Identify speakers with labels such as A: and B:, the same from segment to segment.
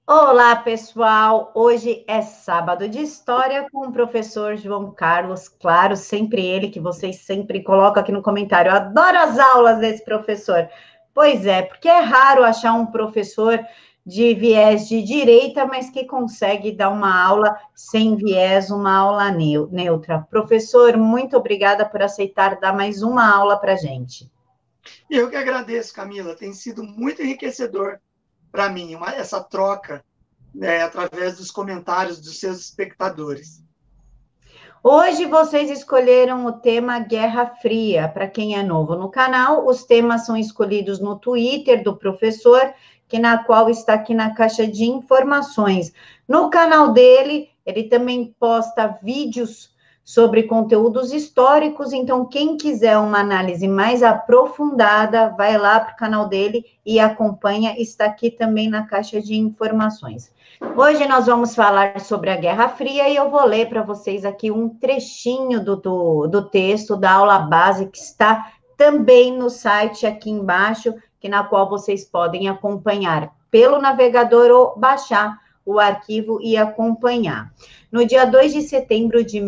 A: Olá, pessoal! Hoje é sábado de história com o professor João Carlos. Claro, sempre ele, que vocês sempre colocam aqui no comentário. Eu adoro as aulas desse professor. Pois é, porque é raro achar um professor de viés de direita, mas que consegue dar uma aula sem viés, uma aula neutra. Professor, muito obrigada por aceitar dar mais uma aula para a gente.
B: Eu que agradeço, Camila. Tem sido muito enriquecedor para mim essa troca, né, através dos comentários dos seus espectadores.
A: Hoje vocês escolheram o tema Guerra Fria. Para quem é novo no canal, os temas são escolhidos no Twitter do professor, que na qual está aqui na caixa de informações. No canal dele, ele também posta vídeos sobre conteúdos históricos, então quem quiser uma análise mais aprofundada, vai lá para o canal dele e acompanha, está aqui também na caixa de informações. Hoje nós vamos falar sobre a Guerra Fria e eu vou ler para vocês aqui um trechinho do texto da aula base que está também no site aqui embaixo, que na qual vocês podem acompanhar pelo navegador ou baixar o arquivo e acompanhar. No dia 2 de setembro de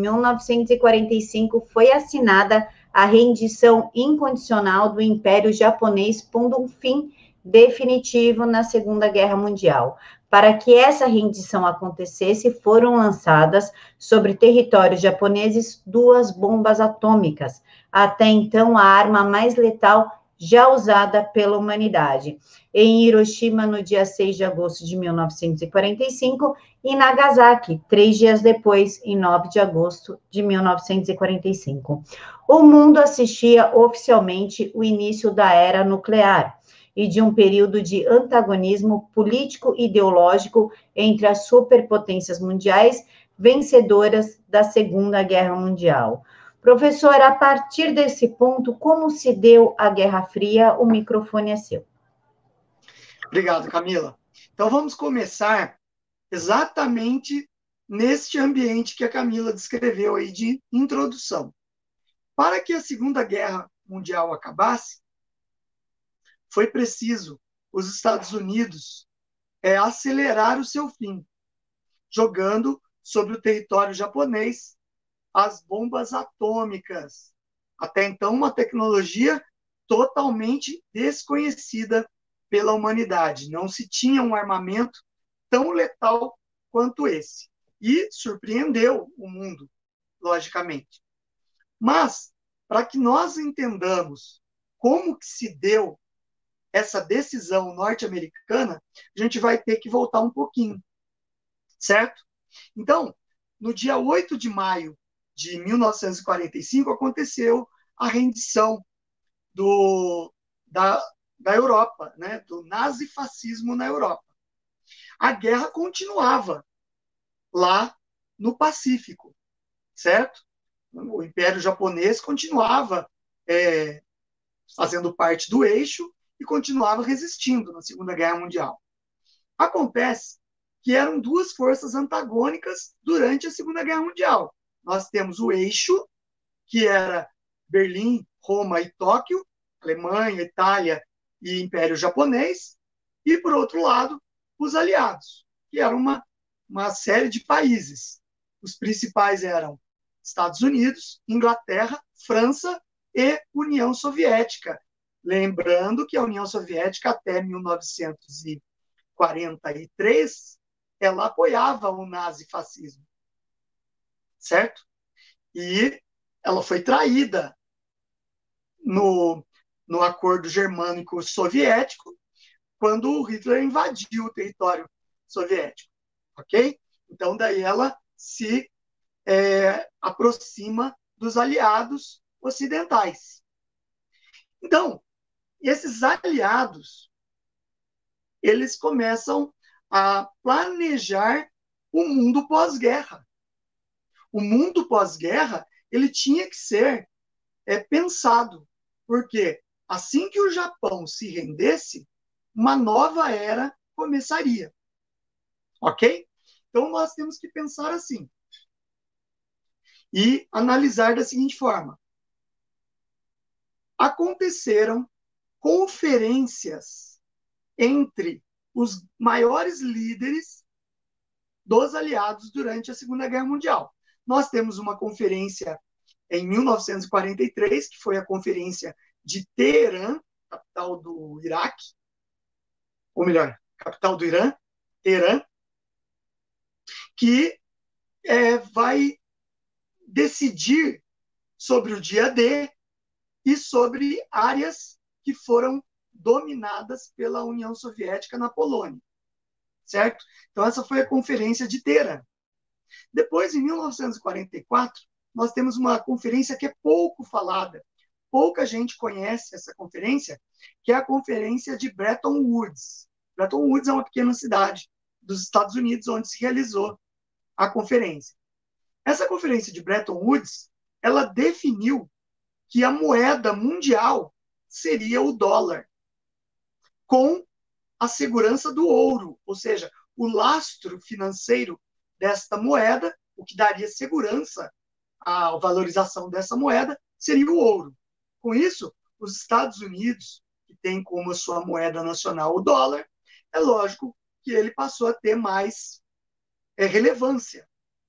A: 1945 foi assinada a rendição incondicional do Império Japonês, pondo um fim definitivo na Segunda Guerra Mundial. Para que essa rendição acontecesse, foram lançadas sobre territórios japoneses duas bombas atômicas, até então a arma mais letal já usada pela humanidade. Em Hiroshima, no dia 6 de agosto de 1945, e Nagasaki, 3 dias depois, em 9 de agosto de 1945. O mundo assistia oficialmente o início da era nuclear e de um período de antagonismo político-ideológico entre as superpotências mundiais vencedoras da Segunda Guerra Mundial. Professor, a partir desse ponto, como se deu a Guerra Fria? O microfone é seu.
B: Obrigado, Camila. Então vamos começar exatamente neste ambiente que a Camila descreveu aí de introdução. Para que a Segunda Guerra Mundial acabasse, foi preciso os Estados Unidos acelerar o seu fim, jogando sobre o território japonês as bombas atômicas. Até então, uma tecnologia totalmente desconhecida pela humanidade. Não se tinha um armamento tão letal quanto esse. E surpreendeu o mundo, logicamente. Mas, para que nós entendamos como que se deu essa decisão norte-americana, a gente vai ter que voltar um pouquinho, certo? Então, no dia 8 de maio de 1945, aconteceu a rendição do, da, da Europa, né, do nazifascismo na Europa. A guerra continuava lá no Pacífico, certo? O Império Japonês continuava fazendo parte do eixo e continuava resistindo na Segunda Guerra Mundial. Acontece que eram duas forças antagônicas durante a Segunda Guerra Mundial. Nós temos o eixo, que era Berlim, Roma e Tóquio, Alemanha, Itália e Império Japonês, e, por outro lado, os aliados, que era uma série de países. Os principais eram Estados Unidos, Inglaterra, França e União Soviética. Lembrando que a União Soviética, até 1943, ela apoiava o nazifascismo, certo? E ela foi traída no acordo germânico-soviético quando o Hitler invadiu o território soviético, ok? Então, daí ela se aproxima dos aliados ocidentais. Então, esses aliados, eles começam a planejar o mundo pós-guerra. O mundo pós-guerra, ele tinha que ser pensado, porque assim que o Japão se rendesse, uma nova era começaria, ok? Então nós temos que pensar assim e analisar da seguinte forma: aconteceram conferências entre os maiores líderes dos aliados durante a Segunda Guerra Mundial. Nós temos uma conferência em 1943, que foi a Conferência de Teherã, capital do Iraque, ou melhor, capital do Irã, Teherã, que vai decidir sobre o dia D e sobre áreas que foram dominadas pela União Soviética na Polônia, certo? Então, essa foi a Conferência de Teherã. Depois, em 1944, nós temos uma conferência que é pouco falada, pouca gente conhece essa conferência, que é a Conferência de Bretton Woods. Bretton Woods é uma pequena cidade dos Estados Unidos onde se realizou a conferência. Essa conferência de Bretton Woods, ela definiu que a moeda mundial seria o dólar, com a segurança do ouro, ou seja, o lastro financeiro desta moeda, o que daria segurança à valorização dessa moeda, seria o ouro. Com isso, os Estados Unidos, que tem como sua moeda nacional o dólar, é lógico que ele passou a ter mais relevância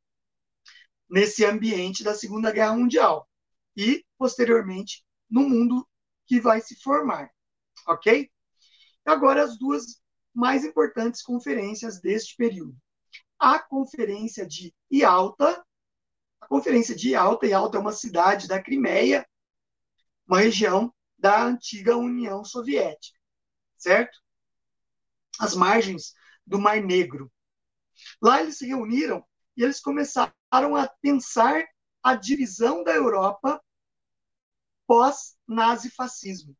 B: nesse ambiente da Segunda Guerra Mundial e, posteriormente, no mundo que vai se formar, ok? Agora, as duas mais importantes conferências deste período. A Conferência de Ialta. A Conferência de Ialta é uma cidade da Crimeia, uma região da antiga União Soviética, certo? Às margens do Mar Negro. Lá eles se reuniram e eles começaram a pensar a divisão da Europa pós-nazifascismo.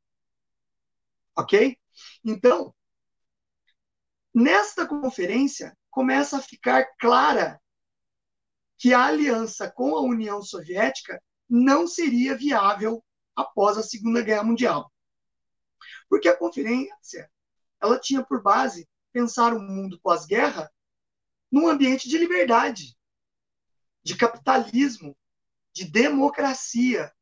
B: Ok? Então, nesta conferência, começa a ficar clara que a aliança com a União Soviética não seria viável após a Segunda Guerra Mundial. Porque a conferência ela tinha por base pensar um mundo pós-guerra num ambiente de liberdade, de capitalismo, de democracia.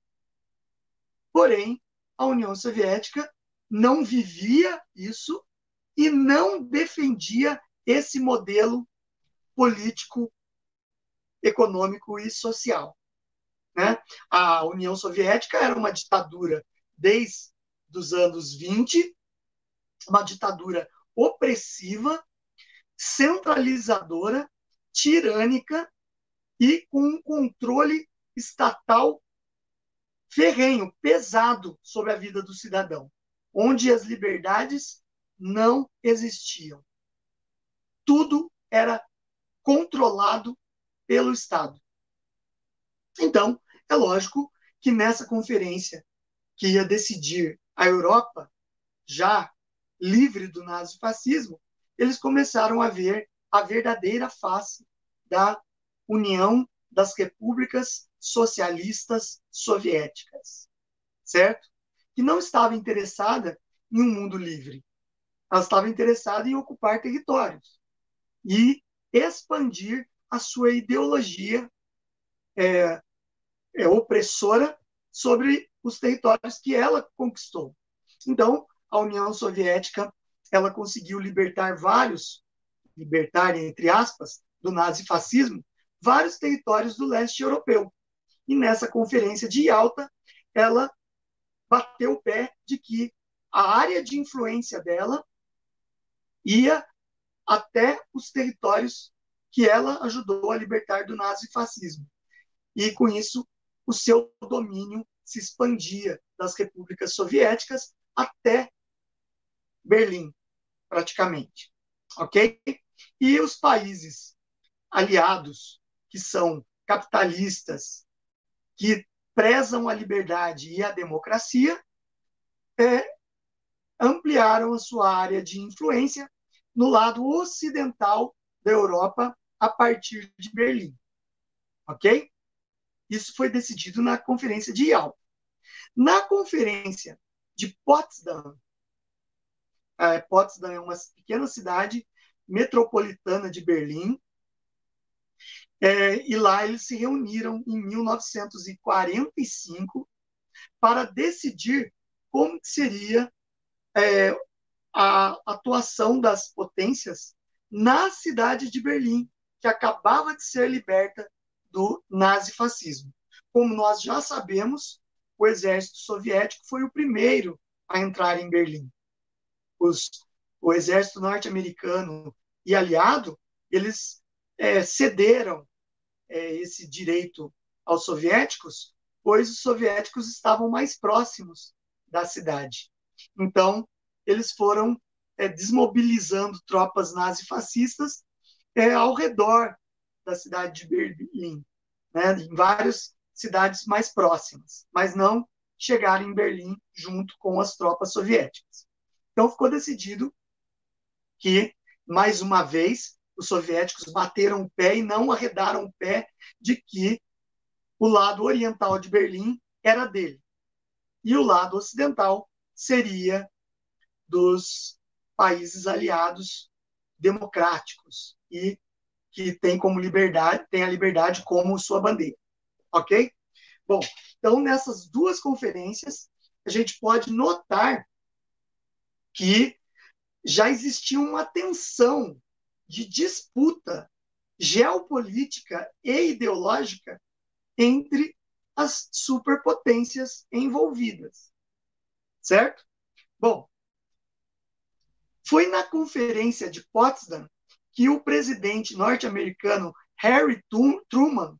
B: Porém, a União Soviética não vivia isso e não defendia esse modelo político, econômico e social. Né? A União Soviética era uma ditadura desde os anos 20, uma ditadura opressiva, centralizadora, tirânica e com um controle estatal ferrenho, pesado sobre a vida do cidadão, onde as liberdades não existiam. Tudo era controlado pelo Estado. Então, é lógico que nessa conferência que ia decidir a Europa, já livre do nazifascismo, eles começaram a ver a verdadeira face da União das Repúblicas Socialistas Soviéticas, certo? Que não estava interessada em um mundo livre. Ela estava interessada em ocupar territórios e expandir a sua ideologia opressora sobre os territórios que ela conquistou. Então, a União Soviética ela conseguiu libertar entre aspas, do nazifascismo, vários territórios do leste europeu. E nessa conferência de Yalta, ela bateu o pé de que a área de influência dela ia até os territórios que ela ajudou a libertar do nazifascismo. E, com isso, o seu domínio se expandia das repúblicas soviéticas até Berlim, praticamente. Ok? E os países aliados, que são capitalistas, que prezam a liberdade e a democracia, ampliaram a sua área de influência no lado ocidental da Europa a partir de Berlim. Ok? Isso foi decidido na Conferência de Yalta. Na Conferência de Potsdam, Potsdam é uma pequena cidade metropolitana de Berlim, e lá eles se reuniram em 1945 para decidir como seria a atuação das potências na cidade de Berlim, que acabava de ser liberta do nazifascismo. Como nós já sabemos, o exército soviético foi o primeiro a entrar em Berlim. O exército norte-americano e aliado, eles cederam esse direito aos soviéticos, pois os soviéticos estavam mais próximos da cidade. Então, eles foram desmobilizando tropas nazifascistas ao redor da cidade de Berlim, né, em várias cidades mais próximas, mas não chegaram em Berlim junto com as tropas soviéticas. Então, ficou decidido que, mais uma vez, os soviéticos bateram o pé e não arredaram o pé de que o lado oriental de Berlim era dele. E o lado ocidental seria dos países aliados democráticos e que tem a liberdade como sua bandeira. Ok? Bom, então nessas duas conferências a gente pode notar que já existia uma tensão de disputa geopolítica e ideológica entre as superpotências envolvidas. Certo? Bom, foi na Conferência de Potsdam que o presidente norte-americano Harry Truman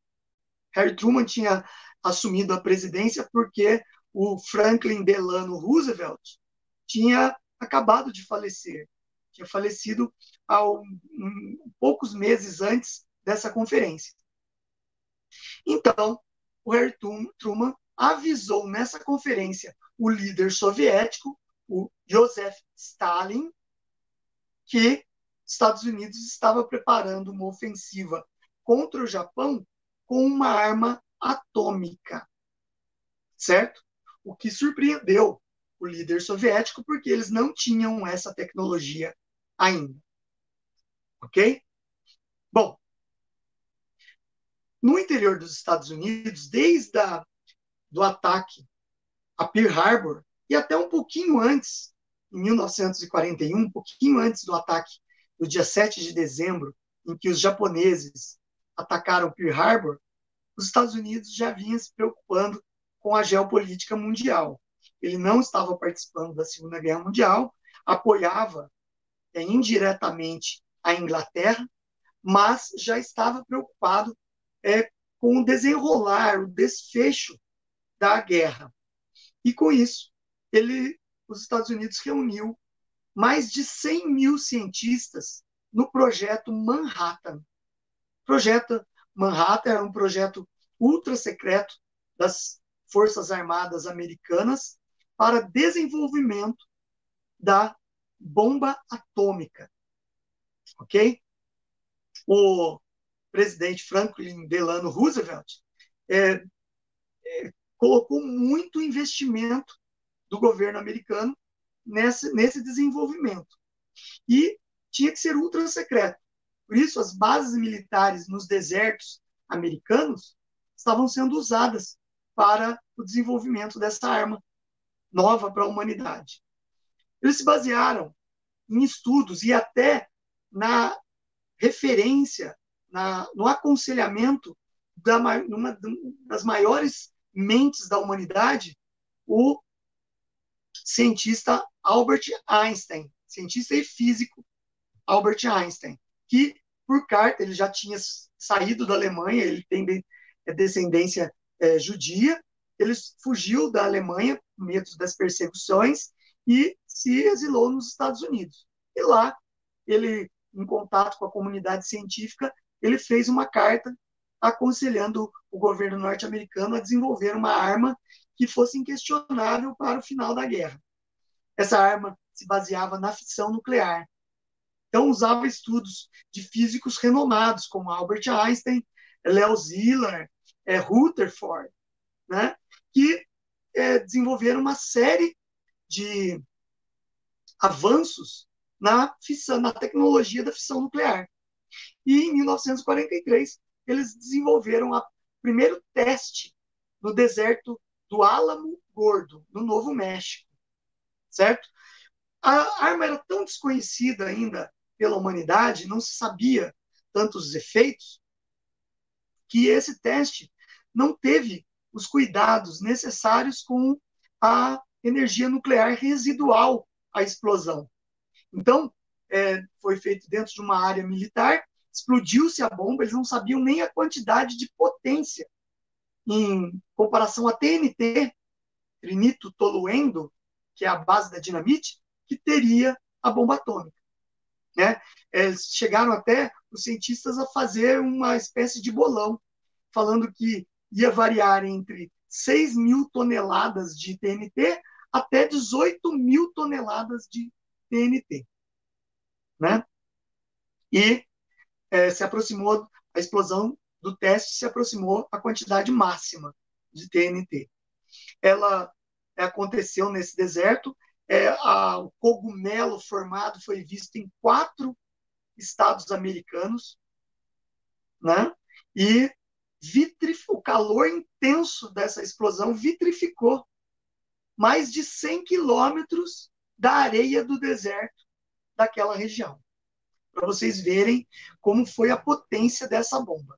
B: tinha assumido a presidência porque o Franklin Delano Roosevelt tinha acabado de falecer. Tinha falecido há poucos meses antes dessa conferência. Então, o Harry Truman avisou nessa conferência o líder soviético, o Joseph Stalin, que Estados Unidos estava preparando uma ofensiva contra o Japão com uma arma atômica, certo? O que surpreendeu o líder soviético, porque eles não tinham essa tecnologia ainda. Ok? Bom, no interior dos Estados Unidos, desde do ataque a Pearl Harbor, e até um pouquinho antes, em 1941, um pouquinho antes do ataque, no dia 7 de dezembro, em que os japoneses atacaram Pearl Harbor, os Estados Unidos já vinham se preocupando com a geopolítica mundial. Ele não estava participando da Segunda Guerra Mundial, apoiava indiretamente a Inglaterra, mas já estava preocupado com o desenrolar, o desfecho da guerra. E com isso, os Estados Unidos reuniu mais de 100 mil cientistas no projeto Manhattan. O projeto Manhattan era um projeto ultra secreto das Forças Armadas Americanas para desenvolvimento da bomba atômica. Ok? O presidente Franklin Delano Roosevelt colocou muito investimento do governo americano nesse desenvolvimento. E tinha que ser ultra secreto. Por isso, as bases militares nos desertos americanos estavam sendo usadas para o desenvolvimento dessa arma nova para a humanidade. Eles se basearam em estudos e até na referência, no aconselhamento uma das maiores mentes da humanidade, o cientista Albert Einstein, cientista e físico Albert Einstein, que, por carta, ele já tinha saído da Alemanha, ele tem descendência judia, ele fugiu da Alemanha por medo das perseguições e se exilou nos Estados Unidos. E lá, ele, em contato com a comunidade científica, ele fez uma carta aconselhando o governo norte-americano a desenvolver uma arma que fosse inquestionável para o final da guerra. Essa arma se baseava na fissão nuclear. Então, usava estudos de físicos renomados, como Albert Einstein, Leo Szilard, Rutherford, né, que desenvolveram uma série de avanços na tecnologia da fissão nuclear. E, em 1943, eles desenvolveram o primeiro teste no deserto do Álamo Gordo, no Novo México, certo? A arma era tão desconhecida ainda pela humanidade, não se sabia tantos efeitos, que esse teste não teve os cuidados necessários com a energia nuclear residual à explosão. Então, foi feito dentro de uma área militar, explodiu-se a bomba, eles não sabiam nem a quantidade de potência em comparação a TNT, trinito-tolueno, que é a base da dinamite, que teria a bomba atômica. Né? Chegaram até os cientistas a fazer uma espécie de bolão, falando que ia variar entre 6 mil toneladas de TNT até 18 mil toneladas de TNT. Né? E se aproximou, a explosão do teste se aproximou à quantidade máxima de TNT. Ela aconteceu nesse deserto, o cogumelo formado foi visto em 4 estados americanos, né? E o calor intenso dessa explosão vitrificou mais de 100 quilômetros da areia do deserto daquela região, para vocês verem como foi a potência dessa bomba.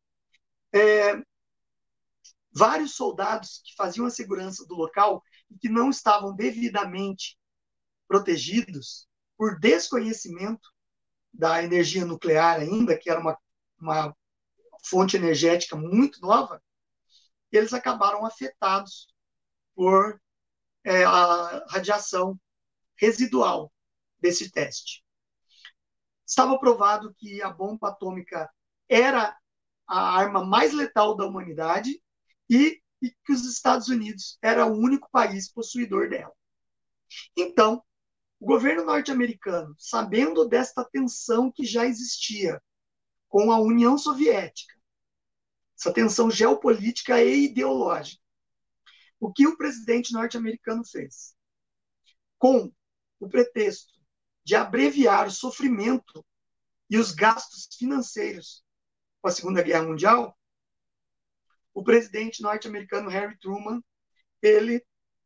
B: Vários soldados que faziam a segurança do local e que não estavam devidamente protegidos por desconhecimento da energia nuclear ainda, que era uma fonte energética muito nova, eles acabaram afetados por a radiação residual desse teste. Estava provado que a bomba atômica era a arma mais letal da humanidade e que os Estados Unidos era o único país possuidor dela. Então, o governo norte-americano, sabendo desta tensão que já existia com a União Soviética, essa tensão geopolítica e ideológica, o que o presidente norte-americano fez? Com o pretexto de abreviar o sofrimento e os gastos financeiros com a Segunda Guerra Mundial, o presidente norte-americano Harry Truman, ele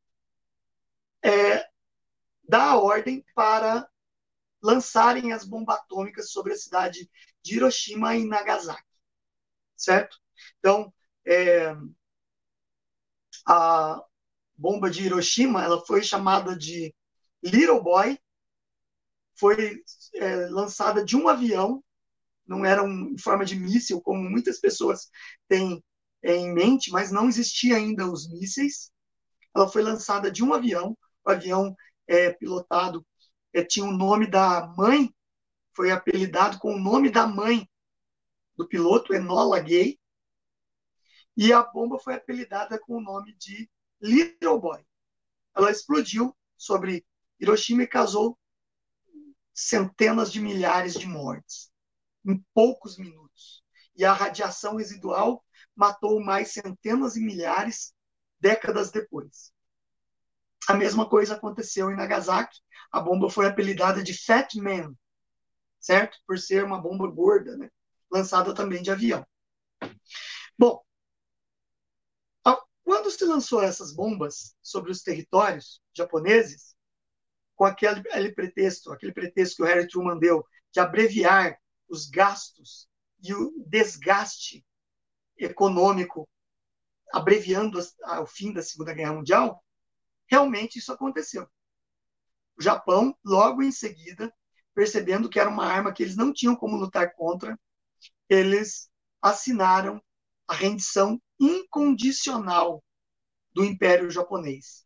B: dá a ordem para lançarem as bombas atômicas sobre a cidade de Hiroshima e Nagasaki, certo? Então, a bomba de Hiroshima, ela foi chamada de Little Boy, foi lançada de um avião, não era em forma de míssil, como muitas pessoas têm em mente, mas não existia ainda os mísseis. Ela foi lançada de um avião, o avião pilotado tinha o nome da mãe, foi apelidado com o nome da mãe do piloto, Enola Gay, e a bomba foi apelidada com o nome de Little Boy. Ela explodiu sobre Hiroshima e causou centenas de milhares de mortes em poucos minutos. E a radiação residual matou mais centenas e milhares décadas depois. A mesma coisa aconteceu em Nagasaki. A bomba foi apelidada de Fat Man, certo? Por ser uma bomba gorda, né? Lançada também de avião. Bom, quando se lançou essas bombas sobre os territórios japoneses, com aquele pretexto que o Harry Truman deu de abreviar os gastos e o desgaste econômico, abreviando o fim da Segunda Guerra Mundial, realmente isso aconteceu. O Japão, logo em seguida, percebendo que era uma arma que eles não tinham como lutar contra, eles assinaram a rendição incondicional do Império Japonês.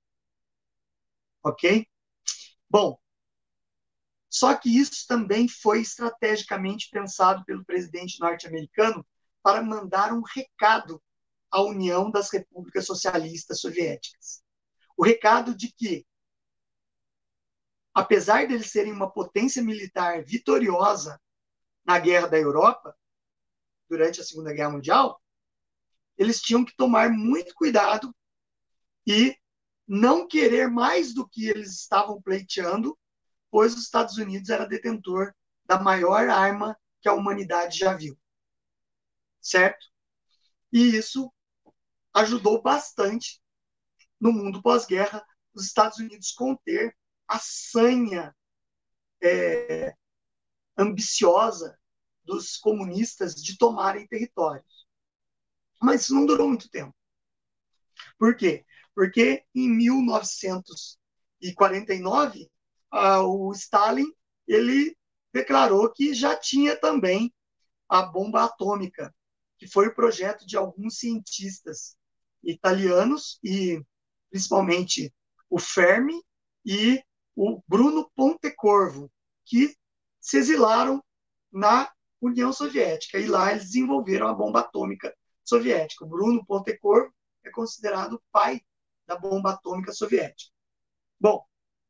B: Ok? Bom, só que isso também foi estrategicamente pensado pelo presidente norte-americano para mandar um recado à União das Repúblicas Socialistas Soviéticas. O recado de que, apesar de eles serem uma potência militar vitoriosa na Guerra da Europa, durante a Segunda Guerra Mundial, eles tinham que tomar muito cuidado e não querer mais do que eles estavam pleiteando, pois os Estados Unidos era detentor da maior arma que a humanidade já viu. Certo? E isso ajudou bastante no mundo pós-guerra os Estados Unidos conter a sanha ambiciosa dos comunistas de tomarem territórios. Mas isso não durou muito tempo. Por quê? Porque em 1949, o Stalin ele declarou que já tinha também a bomba atômica, que foi o projeto de alguns cientistas italianos, e principalmente o Fermi e o Bruno Pontecorvo, que se exilaram na União Soviética, e lá eles desenvolveram a bomba atômica soviética. O Bruno Pontecorvo é considerado o pai da bomba atômica soviética. Bom,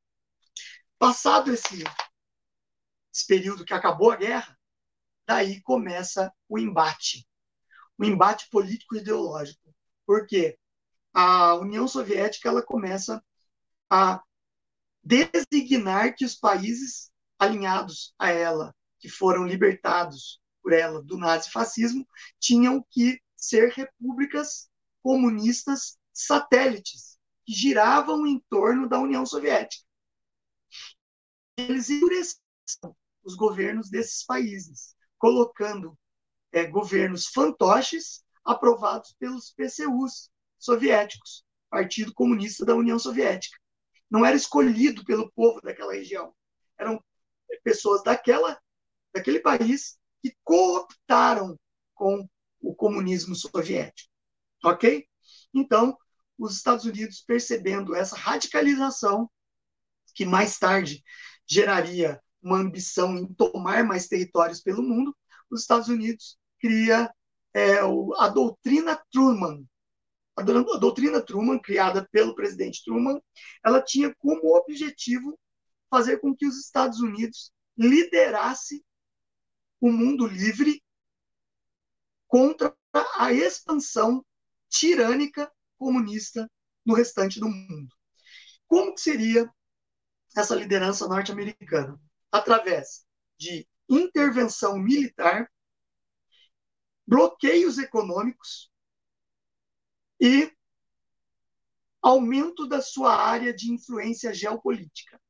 B: passado esse período que acabou a guerra, daí começa o embate político e ideológico. Por quê? A União Soviética ela começa a designar que os países alinhados a ela, que foram libertados por ela do nazifascismo, tinham que ser repúblicas comunistas satélites, que giravam em torno da União Soviética. Eles endureceram os governos desses países, colocando governos fantoches aprovados pelos PCUs soviéticos, Partido Comunista da União Soviética. Não era escolhido pelo povo daquela região. Eram pessoas daquele país que cooptaram com o comunismo soviético. Ok? Então, os Estados Unidos, percebendo essa radicalização, que mais tarde geraria uma ambição em tomar mais territórios pelo mundo, os Estados Unidos cria a doutrina Truman. A doutrina Truman, criada pelo presidente Truman, ela tinha como objetivo fazer com que os Estados Unidos liderasse o mundo livre contra a expansão tirânica comunista no restante do mundo. Como que seria essa liderança norte-americana? Através de intervenção militar, bloqueios econômicos e aumento da sua área de influência geopolítica.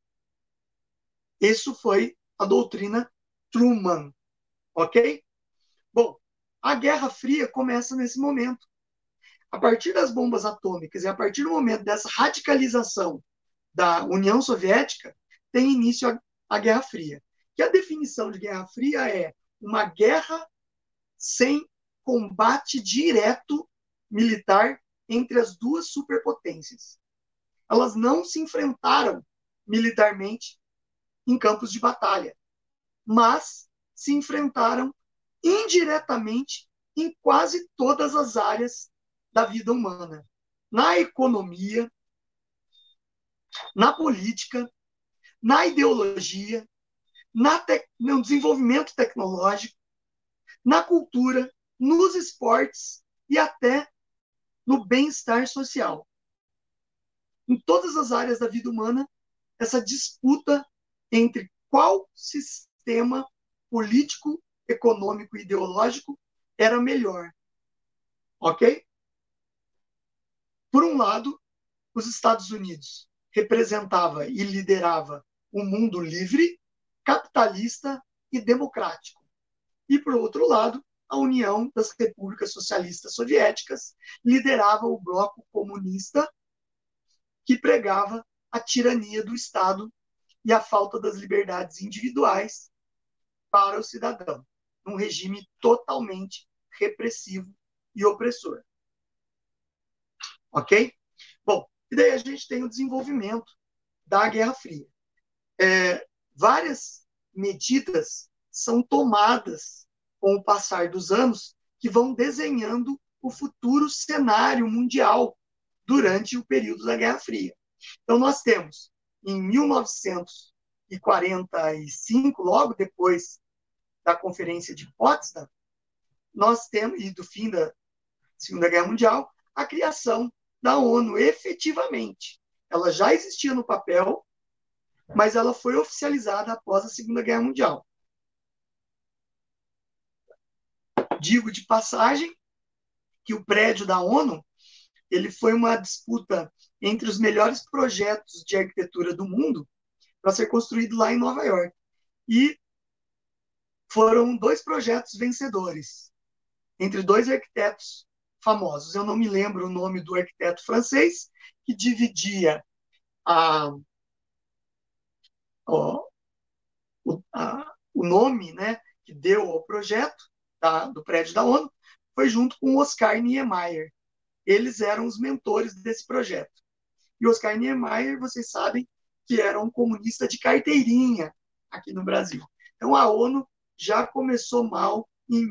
B: Isso foi a doutrina Truman, ok? Bom, a Guerra Fria começa nesse momento. A partir das bombas atômicas e a partir do momento dessa radicalização da União Soviética, tem início a Guerra Fria. Que a definição de Guerra Fria é uma guerra sem combate direto militar entre as duas superpotências. Elas não se enfrentaram militarmente em campos de batalha, mas se enfrentaram indiretamente em quase todas as áreas da vida humana. Na economia, na política, na ideologia, no desenvolvimento tecnológico, na cultura, nos esportes e até no bem-estar social. Em todas as áreas da vida humana, essa disputa entre qual sistema político, econômico e ideológico era melhor. Ok? Por um lado, os Estados Unidos representava e liderava um mundo livre, capitalista e democrático. E, por outro lado, a União das Repúblicas Socialistas Soviéticas liderava o bloco comunista, que pregava a tirania do Estado e a falta das liberdades individuais para o cidadão, num regime totalmente repressivo e opressor. Ok? Bom, e daí a gente tem o desenvolvimento da Guerra Fria. Várias medidas são tomadas com o passar dos anos que vão desenhando o futuro cenário mundial durante o período da Guerra Fria. Então, nós temos, em 1945, logo depois da Conferência de Potsdam, nós temos, e do fim da Segunda Guerra Mundial, a criação da ONU, efetivamente. Ela já existia no papel, mas ela foi oficializada após a Segunda Guerra Mundial. Digo de passagem que o prédio da ONU ele foi uma disputa entre os melhores projetos de arquitetura do mundo para ser construído lá em Nova York. E foram 2 projetos vencedores, entre 2 arquitetos famosos. Eu não me lembro o nome do arquiteto francês, que dividia a, o nome, né, que deu ao projeto do prédio da ONU, foi junto com o Oscar Niemeyer. Eles eram os mentores desse projeto. E o Oscar Niemeyer, vocês sabem, que era um comunista de carteirinha aqui no Brasil. Então, a ONU já começou mal em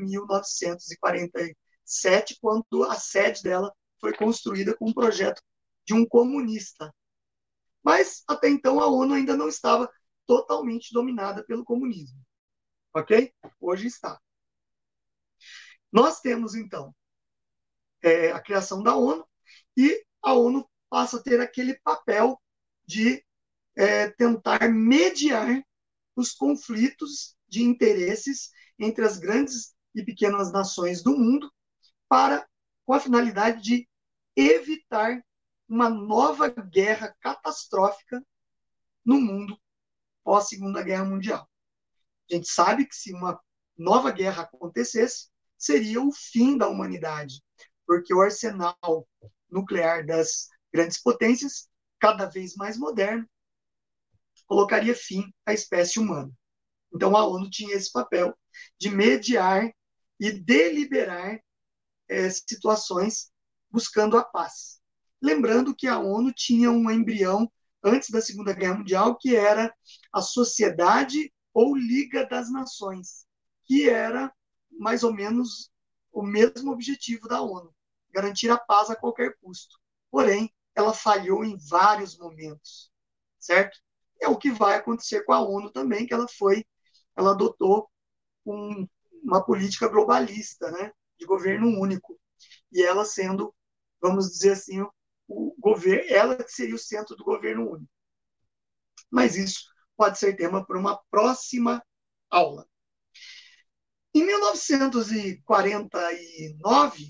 B: 1947, quando a sede dela foi construída com um projeto de um comunista. Mas, até então, a ONU ainda não estava totalmente dominada pelo comunismo. Ok? Hoje está. Nós temos, então, a criação da ONU, e a ONU passa a ter aquele papel de tentar mediar os conflitos de interesses entre as grandes e pequenas nações do mundo, com a finalidade de evitar uma nova guerra catastrófica no mundo pós-Segunda Guerra Mundial. A gente sabe que se uma nova guerra acontecesse, seria o fim da humanidade, porque o arsenal nuclear das grandes potências, cada vez mais moderno, colocaria fim à espécie humana. Então, a ONU tinha esse papel de mediar e deliberar situações buscando a paz. Lembrando que a ONU tinha um embrião antes da Segunda Guerra Mundial, que era a Sociedade ou Liga das Nações, que era mais ou menos o mesmo objetivo da ONU, garantir a paz a qualquer custo. Porém, ela falhou em vários momentos, certo? É o que vai acontecer com a ONU também, que ela adotou uma política globalista, né, de governo único, e ela sendo, vamos dizer assim, o governo, ela que seria o centro do governo único. Mas isso pode ser tema para uma próxima aula. Em 1949,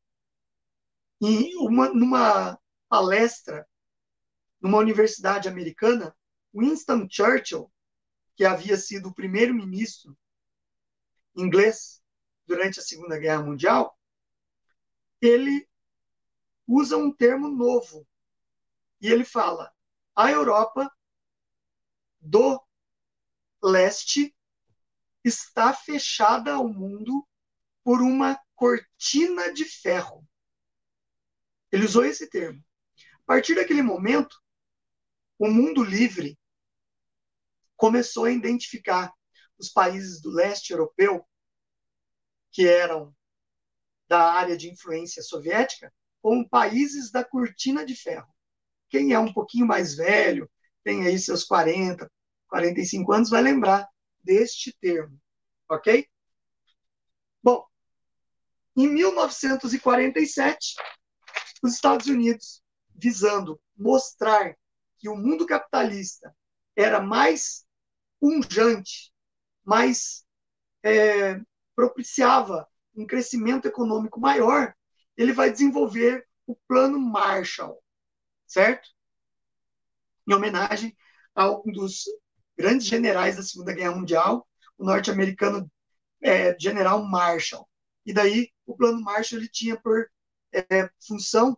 B: numa palestra numa universidade americana, Winston Churchill, que havia sido o primeiro-ministro inglês durante a Segunda Guerra Mundial, ele usa um termo novo. E ele fala: a Europa do leste está fechada ao mundo por uma cortina de ferro. Ele usou esse termo. A partir daquele momento, o mundo livre começou a identificar os países do leste europeu, que eram da área de influência soviética, como países da cortina de ferro. Quem é um pouquinho mais velho, tem aí seus 40, 45 anos, vai lembrar deste termo, ok? Bom, em 1947, os Estados Unidos, visando mostrar que o mundo capitalista era mais pungente, mais propiciava um crescimento econômico maior, ele vai desenvolver o Plano Marshall, certo? Em homenagem a um dos grandes generais da Segunda Guerra Mundial, o norte-americano General Marshall. E daí o Plano Marshall ele tinha por função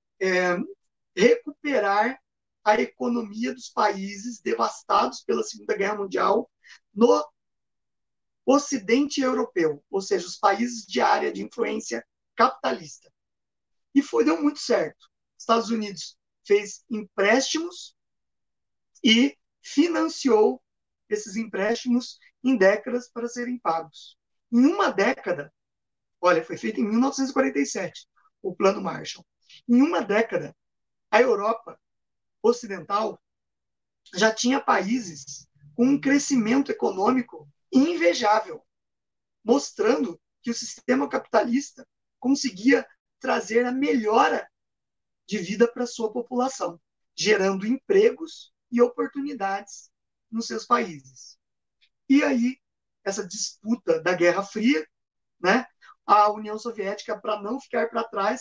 B: recuperar a economia dos países devastados pela Segunda Guerra Mundial no Ocidente europeu, ou seja, os países de área de influência capitalista. E deu muito certo. Estados Unidos fez empréstimos e financiou esses empréstimos em décadas para serem pagos. Em uma década, olha, foi feito em 1947, o Plano Marshall. Em uma década, a Europa Ocidental já tinha países com um crescimento econômico invejável, mostrando que o sistema capitalista conseguia trazer a melhora de vida para a sua população, gerando empregos e oportunidades nos seus países. E aí, essa disputa da Guerra Fria, né, a União Soviética, para não ficar para trás,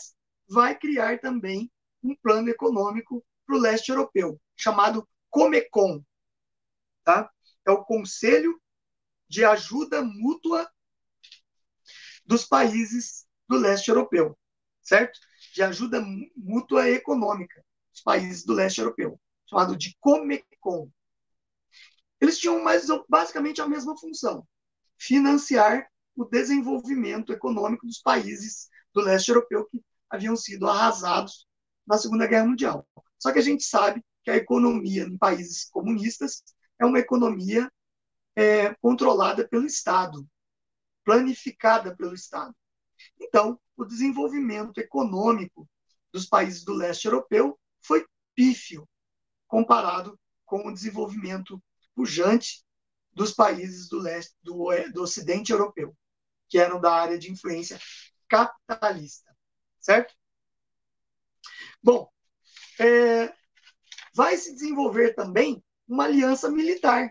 B: vai criar também um plano econômico para o leste europeu, chamado Comecon, tá? É o Conselho de Ajuda Mútua dos Países do Leste Europeu, certo? De ajuda mútua econômica dos países do leste europeu, chamado de Comecon. Eles tinham basicamente a mesma função, financiar o desenvolvimento econômico dos países do leste europeu que haviam sido arrasados na Segunda Guerra Mundial. Só que a gente sabe que a economia em países comunistas é uma economia controlada pelo Estado, planificada pelo Estado. Então, o desenvolvimento econômico dos países do leste europeu foi pífio, comparado com o desenvolvimento pujante dos países do leste, do ocidente europeu, que eram da área de influência capitalista, certo? Bom, vai se desenvolver também uma aliança militar.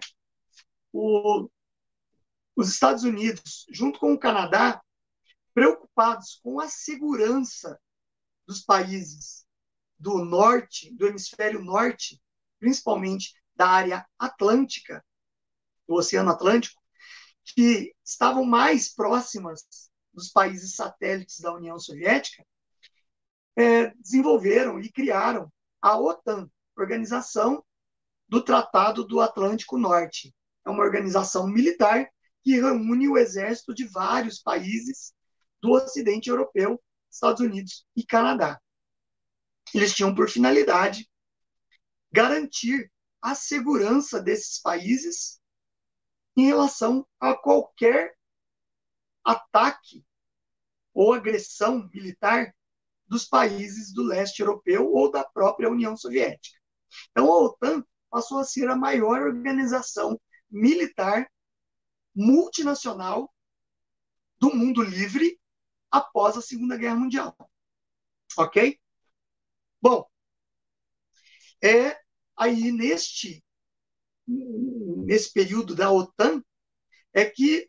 B: Os Estados Unidos, junto com o Canadá, preocupados com a segurança dos países do norte, do hemisfério norte, principalmente da área atlântica, do Oceano Atlântico, que estavam mais próximas dos países satélites da União Soviética, desenvolveram e criaram a OTAN, Organização do Tratado do Atlântico Norte. É uma organização militar que reúne o exército de vários países do Ocidente Europeu, Estados Unidos e Canadá. Eles tinham por finalidade garantir a segurança desses países em relação a qualquer ataque ou agressão militar dos países do leste europeu ou da própria União Soviética. Então, a OTAN passou a ser a maior organização militar multinacional do mundo livre após a Segunda Guerra Mundial. Ok? Bom, aí nesse período da OTAN é que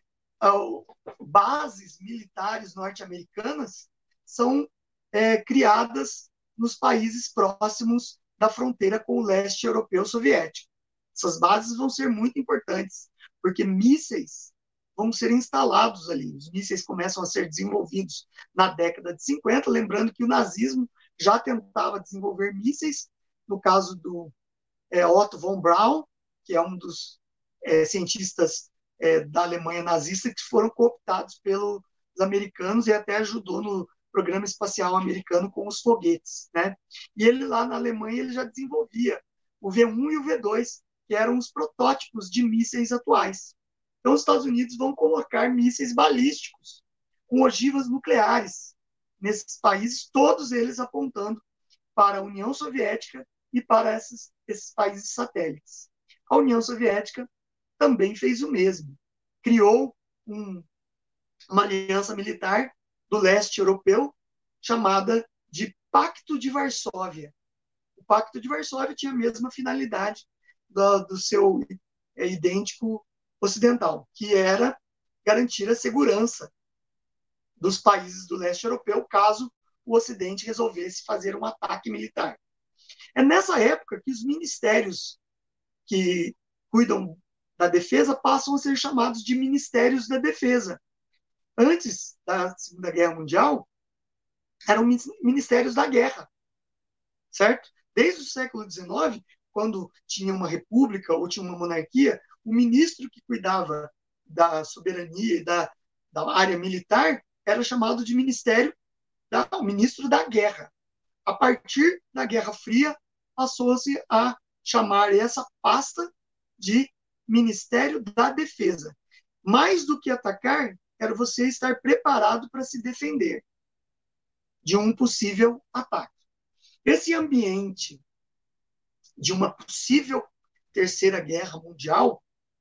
B: bases militares norte-americanas são criadas nos países próximos da fronteira com o leste europeu soviético. Essas bases vão ser muito importantes, porque mísseis vão ser instalados ali. Os mísseis começam a ser desenvolvidos na década de 50, lembrando que o nazismo já tentava desenvolver mísseis, no caso do Otto von Braun, que é um dos cientistas da Alemanha nazista que foram cooptados pelos americanos e até ajudou no programa espacial americano com os foguetes, né? E ele lá na Alemanha ele já desenvolvia o V1 e o V2, que eram os protótipos de mísseis atuais. Então os Estados Unidos vão colocar mísseis balísticos com ogivas nucleares nesses países, todos eles apontando para a União Soviética e para esses países satélites. A União Soviética também fez o mesmo. Criou uma aliança militar do leste europeu chamada de Pacto de Varsóvia. O Pacto de Varsóvia tinha a mesma finalidade do seu idêntico ocidental, que era garantir a segurança dos países do leste europeu caso o Ocidente resolvesse fazer um ataque militar. É nessa época que os ministérios que cuidam da defesa passam a ser chamados de Ministérios da Defesa. Antes da Segunda Guerra Mundial, eram ministérios da guerra, certo? Desde o século XIX, quando tinha uma república ou tinha uma monarquia, o ministro que cuidava da soberania e da área militar era chamado de ministro da guerra. A partir da Guerra Fria, passou-se a chamar essa pasta de Ministério da Defesa. Mais do que atacar, era você estar preparado para se defender de um possível ataque. Esse ambiente de uma possível terceira guerra mundial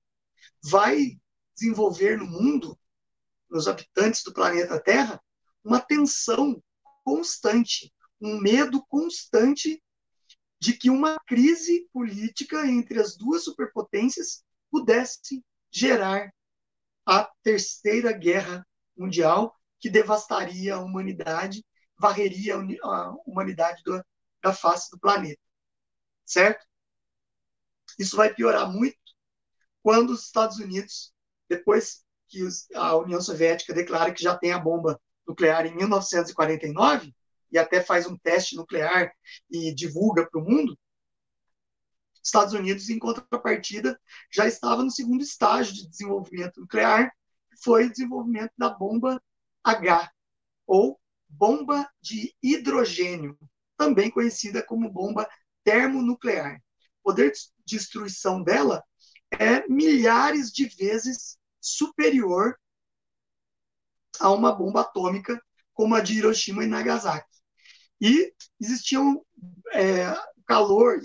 B: vai desenvolver no mundo, nos habitantes do planeta Terra, uma tensão constante, um medo constante de que uma crise política entre as duas superpotências pudesse gerar a terceira guerra mundial, que devastaria a humanidade, varreria a humanidade da face do planeta, certo? Isso vai piorar muito quando os Estados Unidos, depois que a União Soviética declara que já tem a bomba nuclear em 1949, e até faz um teste nuclear e divulga para o mundo, os Estados Unidos, em contrapartida, já estava no segundo estágio de desenvolvimento nuclear, que foi o desenvolvimento da bomba H, ou bomba de hidrogênio, também conhecida como bomba termonuclear. O poder de destruição dela é milhares de vezes superior a uma bomba atômica como a de Hiroshima e Nagasaki. E existiam calor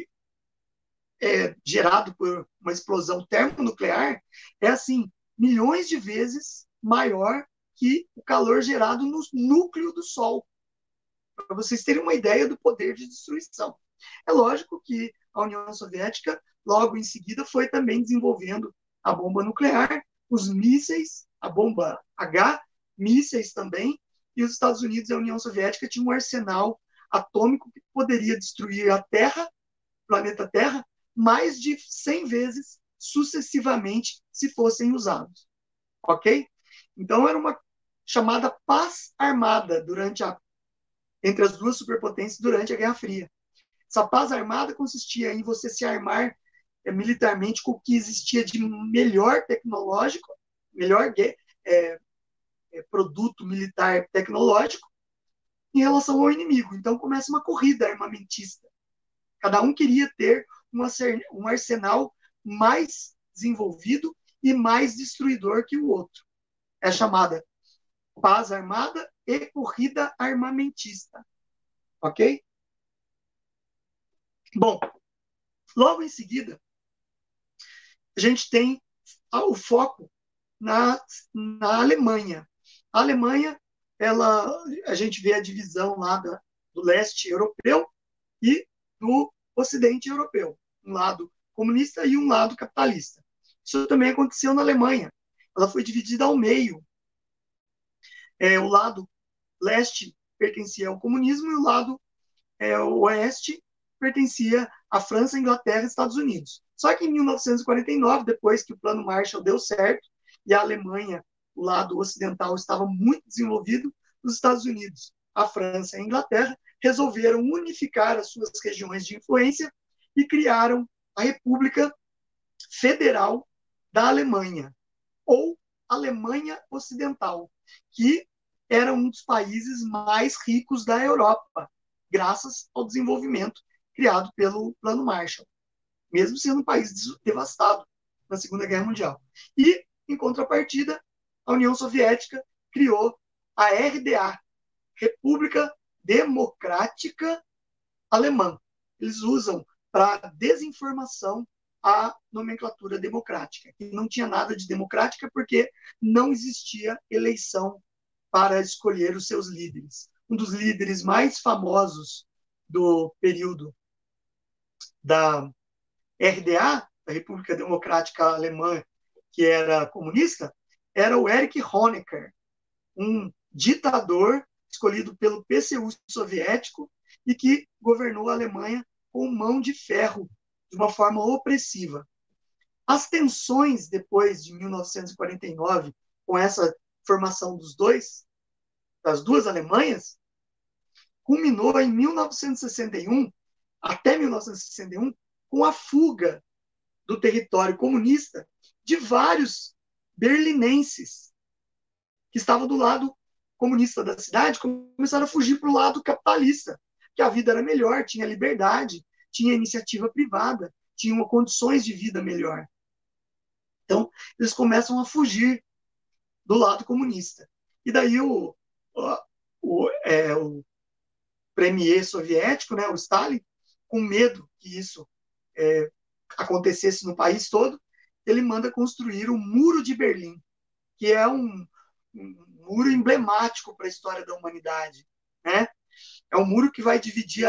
B: gerado por uma explosão termonuclear é assim, milhões de vezes maior que o calor gerado no núcleo do Sol, para vocês terem uma ideia do poder de destruição. É lógico que a União Soviética, logo em seguida, foi também desenvolvendo a bomba nuclear, os mísseis, a bomba H, mísseis também, e os Estados Unidos e a União Soviética tinham um arsenal atômico que poderia destruir a Terra, o planeta Terra, mais de 100 vezes sucessivamente, se fossem usados. Ok? Então, era uma chamada paz armada entre as duas superpotências durante a Guerra Fria. Essa paz armada consistia em você se armar militarmente com o que existia de melhor tecnológico, melhor produto militar tecnológico em relação ao inimigo. Então começa uma corrida armamentista. Cada um queria ter um arsenal mais desenvolvido e mais destruidor que o outro. É chamada paz armada e corrida armamentista. Ok? Bom, logo em seguida, a gente tem o foco na Alemanha. A Alemanha, a gente vê a divisão lá do leste europeu e do ocidente europeu. Um lado comunista e um lado capitalista. Isso também aconteceu na Alemanha. Ela foi dividida ao meio. O lado leste pertencia ao comunismo e o lado oeste pertencia à França, Inglaterra e Estados Unidos. Só que em 1949, depois que o Plano Marshall deu certo e a Alemanha, o lado ocidental, estava muito desenvolvido, os Estados Unidos, a França e a Inglaterra resolveram unificar as suas regiões de influência e criaram a República Federal da Alemanha, ou Alemanha Ocidental, que era um dos países mais ricos da Europa, graças ao desenvolvimento criado pelo Plano Marshall, mesmo sendo um país devastado na Segunda Guerra Mundial. E, em contrapartida, a União Soviética criou a RDA, República Democrática Alemã. Eles usam para desinformação a nomenclatura democrática, que não tinha nada de democrática porque não existia eleição para escolher os seus líderes. Um dos líderes mais famosos do período da RDA, da República Democrática Alemã, que era comunista, era o Erich Honecker, um ditador escolhido pelo PCU soviético e que governou a Alemanha com mão de ferro, de uma forma opressiva. As tensões depois de 1949, com essa formação das duas Alemanhas, culminou em 1961, até 1961, com a fuga do território comunista de vários berlinenses que estavam do lado comunista da cidade, começaram a fugir para o lado capitalista, que a vida era melhor, tinha liberdade, tinha iniciativa privada, tinham condições de vida melhor. Então, eles começam a fugir do lado comunista. E daí o premier soviético, né, o Stalin, com medo que isso acontecesse no país todo, ele manda construir o Muro de Berlim, que é um muro emblemático para a história da humanidade, né? É um muro que vai dividir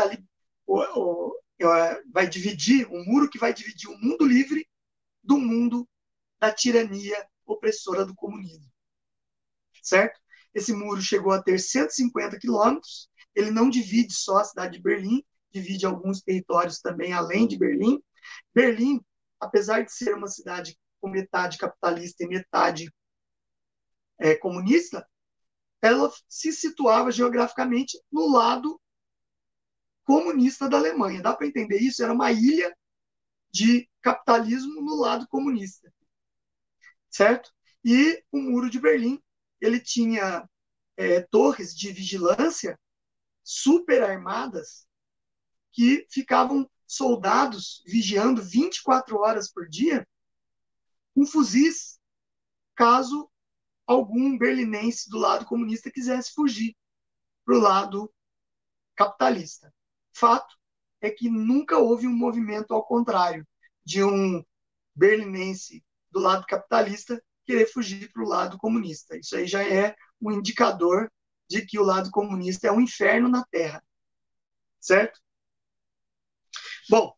B: um muro que vai dividir o mundo livre do mundo da tirania opressora do comunismo, certo? Esse muro chegou a ter 150 quilômetros. Ele não divide só a cidade de Berlim, divide alguns territórios também além de Berlim. Berlim, apesar de ser uma cidade com metade capitalista e metade comunista, ela se situava geograficamente no lado comunista da Alemanha. Dá para entender isso? Era uma ilha de capitalismo no lado comunista, certo? E o Muro de Berlim, ele tinha torres de vigilância super armadas que ficavam soldados vigiando 24 horas por dia com fuzis, caso algum berlinense do lado comunista quisesse fugir para o lado capitalista. Fato é que nunca houve um movimento ao contrário de um berlinense do lado capitalista querer fugir para o lado comunista. Isso aí já é um indicador de que o lado comunista é um inferno na Terra, certo? Bom,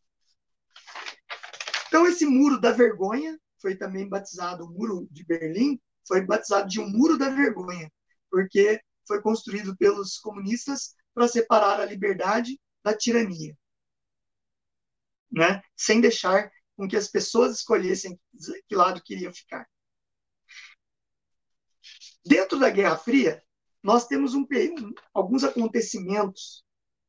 B: então esse muro da vergonha foi também batizado, o muro de Berlim foi batizado de um muro da vergonha, porque foi construído pelos comunistas para separar a liberdade da tirania, né? Sem deixar com que as pessoas escolhessem que lado queriam ficar. Dentro da Guerra Fria, nós temos alguns acontecimentos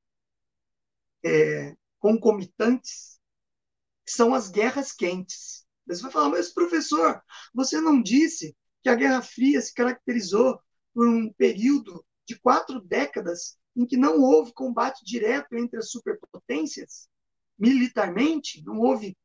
B: concomitantes, que são as guerras quentes. Você vai falar, mas professor, você não disse que a Guerra Fria se caracterizou por um período de 4 décadas em que não houve combate direto entre as superpotências? Militarmente, não houve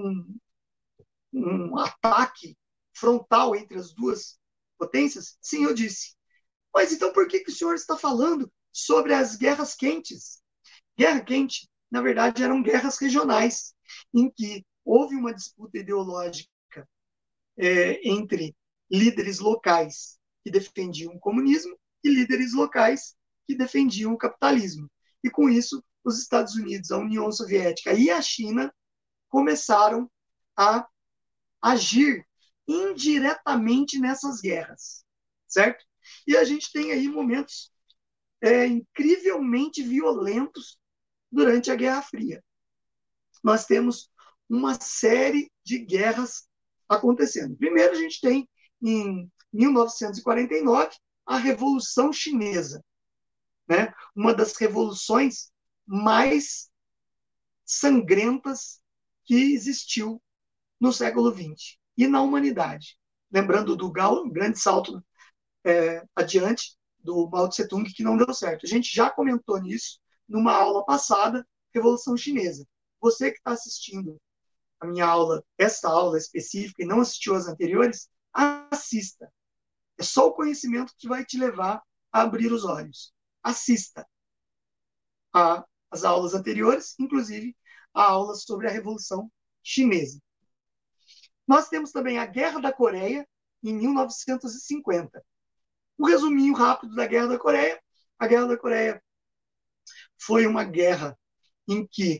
B: um ataque frontal entre as duas potências? Sim, eu disse. Mas então por que o senhor está falando sobre as guerras quentes? Guerra quente, na verdade, eram guerras regionais, em que houve uma disputa ideológica entre líderes locais que defendiam o comunismo e líderes locais que defendiam o capitalismo. E com isso, os Estados Unidos, a União Soviética e a China começaram a agir indiretamente nessas guerras, certo? E a gente tem aí momentos incrivelmente violentos durante a Guerra Fria. Nós temos uma série de guerras acontecendo. Primeiro, a gente tem, em 1949, a Revolução Chinesa, né? Uma das revoluções mais sangrentas que existiu no século XX e na humanidade. Lembrando do grande salto adiante do Mao Tse Tung, que não deu certo. A gente já comentou nisso numa aula passada, Revolução Chinesa. Você que está assistindo a minha aula, essa aula específica, e não assistiu as anteriores, assista. É só o conhecimento que vai te levar a abrir os olhos. Assista as aulas anteriores, inclusive a aula sobre a Revolução Chinesa. Nós temos também a Guerra da Coreia, em 1950. Um resuminho rápido da Guerra da Coreia. A Guerra da Coreia foi uma guerra em que,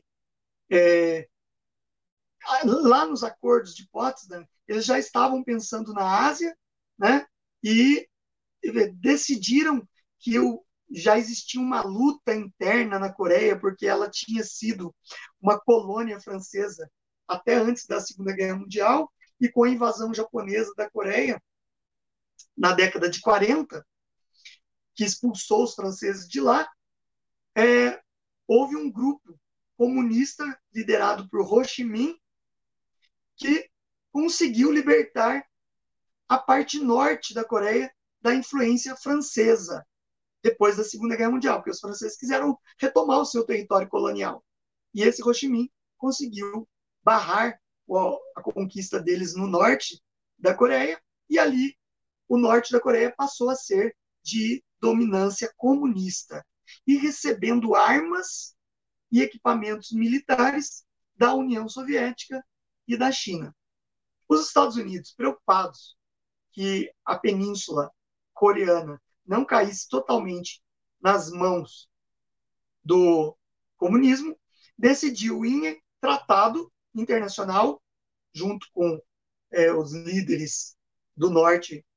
B: lá nos acordos de Potsdam, eles já estavam pensando na Ásia, né? E decidiram que já existia uma luta interna na Coreia, porque ela tinha sido uma colônia francesa até antes da Segunda Guerra Mundial, e com a invasão japonesa da Coreia, na década de 40, que expulsou os franceses de lá, houve um grupo comunista liderado por Ho Chi Minh que conseguiu libertar a parte norte da Coreia da influência francesa depois da Segunda Guerra Mundial, porque os franceses quiseram retomar o seu território colonial. E esse Ho Chi Minh conseguiu barrar a conquista deles no norte da Coreia, e ali o norte da Coreia passou a ser de dominância comunista e recebendo armas e equipamentos militares da União Soviética e da China. Os Estados Unidos, preocupados que a península coreana não caísse totalmente nas mãos do comunismo, decidiu em tratado internacional, junto com os líderes do norte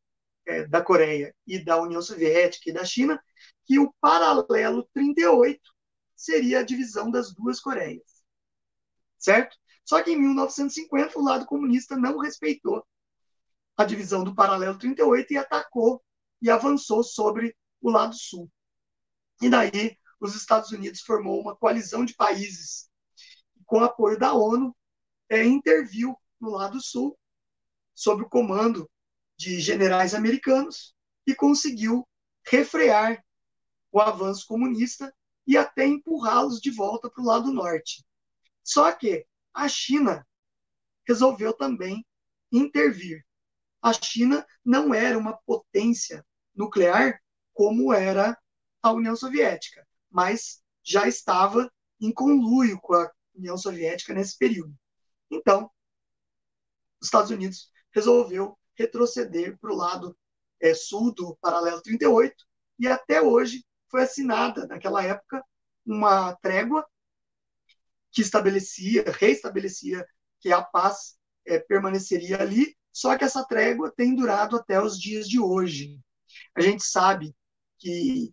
B: da Coreia e da União Soviética e da China, que o paralelo 38 seria a divisão das duas Coreias, certo? Só que em 1950 o lado comunista não respeitou a divisão do paralelo 38 e atacou e avançou sobre o lado sul. E daí os Estados Unidos formou uma coalizão de países com apoio da ONU, interviu no lado sul sob o comando de generais americanos e conseguiu refrear o avanço comunista e até empurrá-los de volta para o lado norte. Só que a China resolveu também intervir. A China não era uma potência nuclear como era a União Soviética, mas já estava em conluio com a União Soviética nesse período. Então, os Estados Unidos resolveu retroceder para o lado sul do paralelo 38 e até hoje foi assinada, naquela época, uma trégua que reestabelecia que a paz permaneceria ali, só que essa trégua tem durado até os dias de hoje. A gente sabe que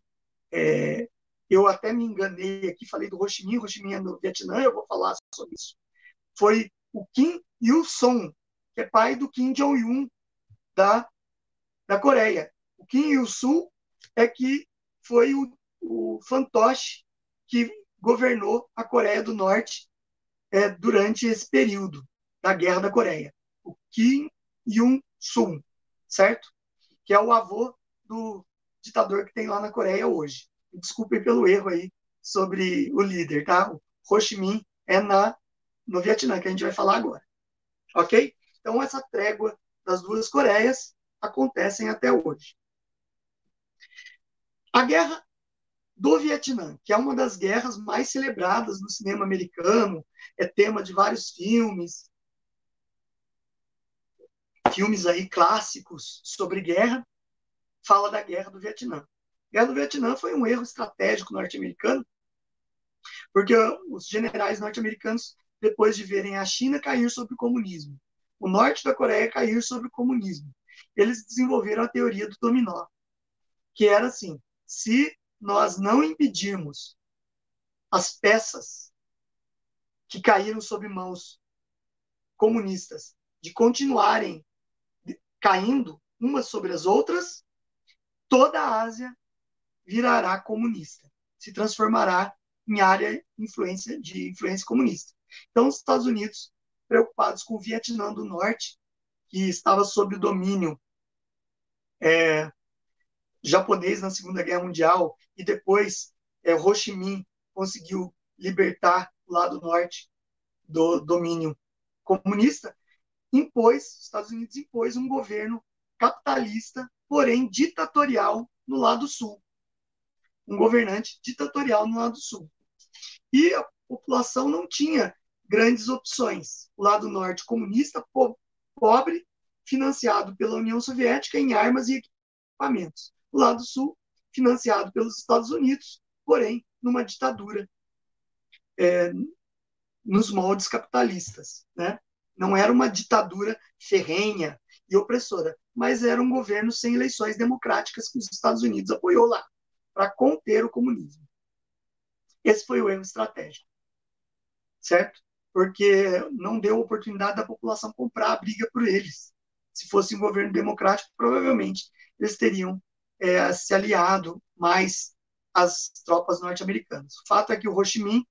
B: eu até me enganei aqui, falei do Ho Chi Minh, Ho Chi Minh é no Vietnã, eu vou falar sobre isso. Foi o Kim Il-sung, que é pai do Kim Jong-un da Coreia. O Kim Il-sung é que foi o fantoche que governou a Coreia do Norte durante esse período da Guerra da Coreia. O Kim Il-sung, certo? Que é o avô do ditador que tem lá na Coreia hoje. Desculpem pelo erro aí sobre o líder, tá? O Ho Chi Minh é no Vietnã, que a gente vai falar agora. Ok? Então, essa trégua das duas Coreias acontecem até hoje. A Guerra do Vietnã, que é uma das guerras mais celebradas no cinema americano, é tema de vários filmes aí clássicos sobre guerra, fala da Guerra do Vietnã. A Guerra do Vietnã foi um erro estratégico norte-americano, porque os generais norte-americanos, depois de verem a China cair sobre o comunismo, o norte da Coreia cair sobre o comunismo, eles desenvolveram a teoria do dominó, que era assim: se nós não impedirmos as peças que caíram sob mãos comunistas de continuarem caindo umas sobre as outras, toda a Ásia virará comunista, se transformará em área de influência comunista. Então, os Estados Unidos, preocupados com o Vietnã do Norte, que estava sob o domínio japonês na Segunda Guerra Mundial, e depois Ho Chi Minh conseguiu libertar o lado norte do domínio comunista, os Estados Unidos impôs um governo capitalista, porém ditatorial no lado sul. Um governante ditatorial no lado sul. E a população não tinha grandes opções. O lado norte comunista, pobre, financiado pela União Soviética em armas e equipamentos. O lado sul, financiado pelos Estados Unidos, porém numa ditadura nos moldes capitalistas, né? Não era uma ditadura ferrenha e opressora, mas era um governo sem eleições democráticas que os Estados Unidos apoiou lá, para conter o comunismo. Esse foi o erro estratégico, certo? Porque não deu oportunidade da população comprar a briga por eles. Se fosse um governo democrático, provavelmente eles teriam se aliado mais às tropas norte-americanas. O fato é que o Ho Chi Minh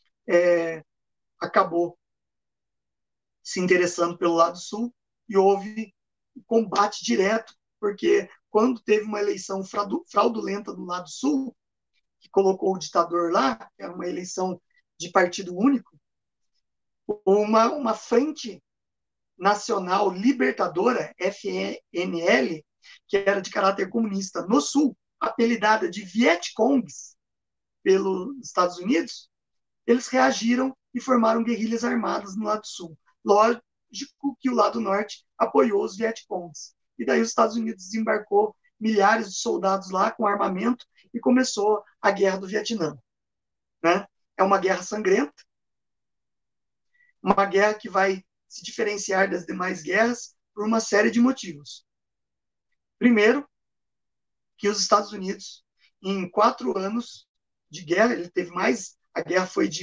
B: acabou se interessando pelo lado sul e houve combate direto, porque quando teve uma eleição fraudulenta do lado sul, que colocou o ditador lá, que era uma eleição de partido único, uma frente nacional libertadora, FNL, que era de caráter comunista no sul, apelidada de Vietcongs pelos Estados Unidos, eles reagiram e formaram guerrilhas armadas no lado sul. Lógico que o lado norte apoiou os Vietcongs. E daí os Estados Unidos desembarcou milhares de soldados lá com armamento e começou a Guerra do Vietnã. Né? É uma guerra sangrenta, uma guerra que vai se diferenciar das demais guerras por uma série de motivos. Primeiro, que os Estados Unidos, em 4 anos de guerra, ele teve mais, a guerra foi de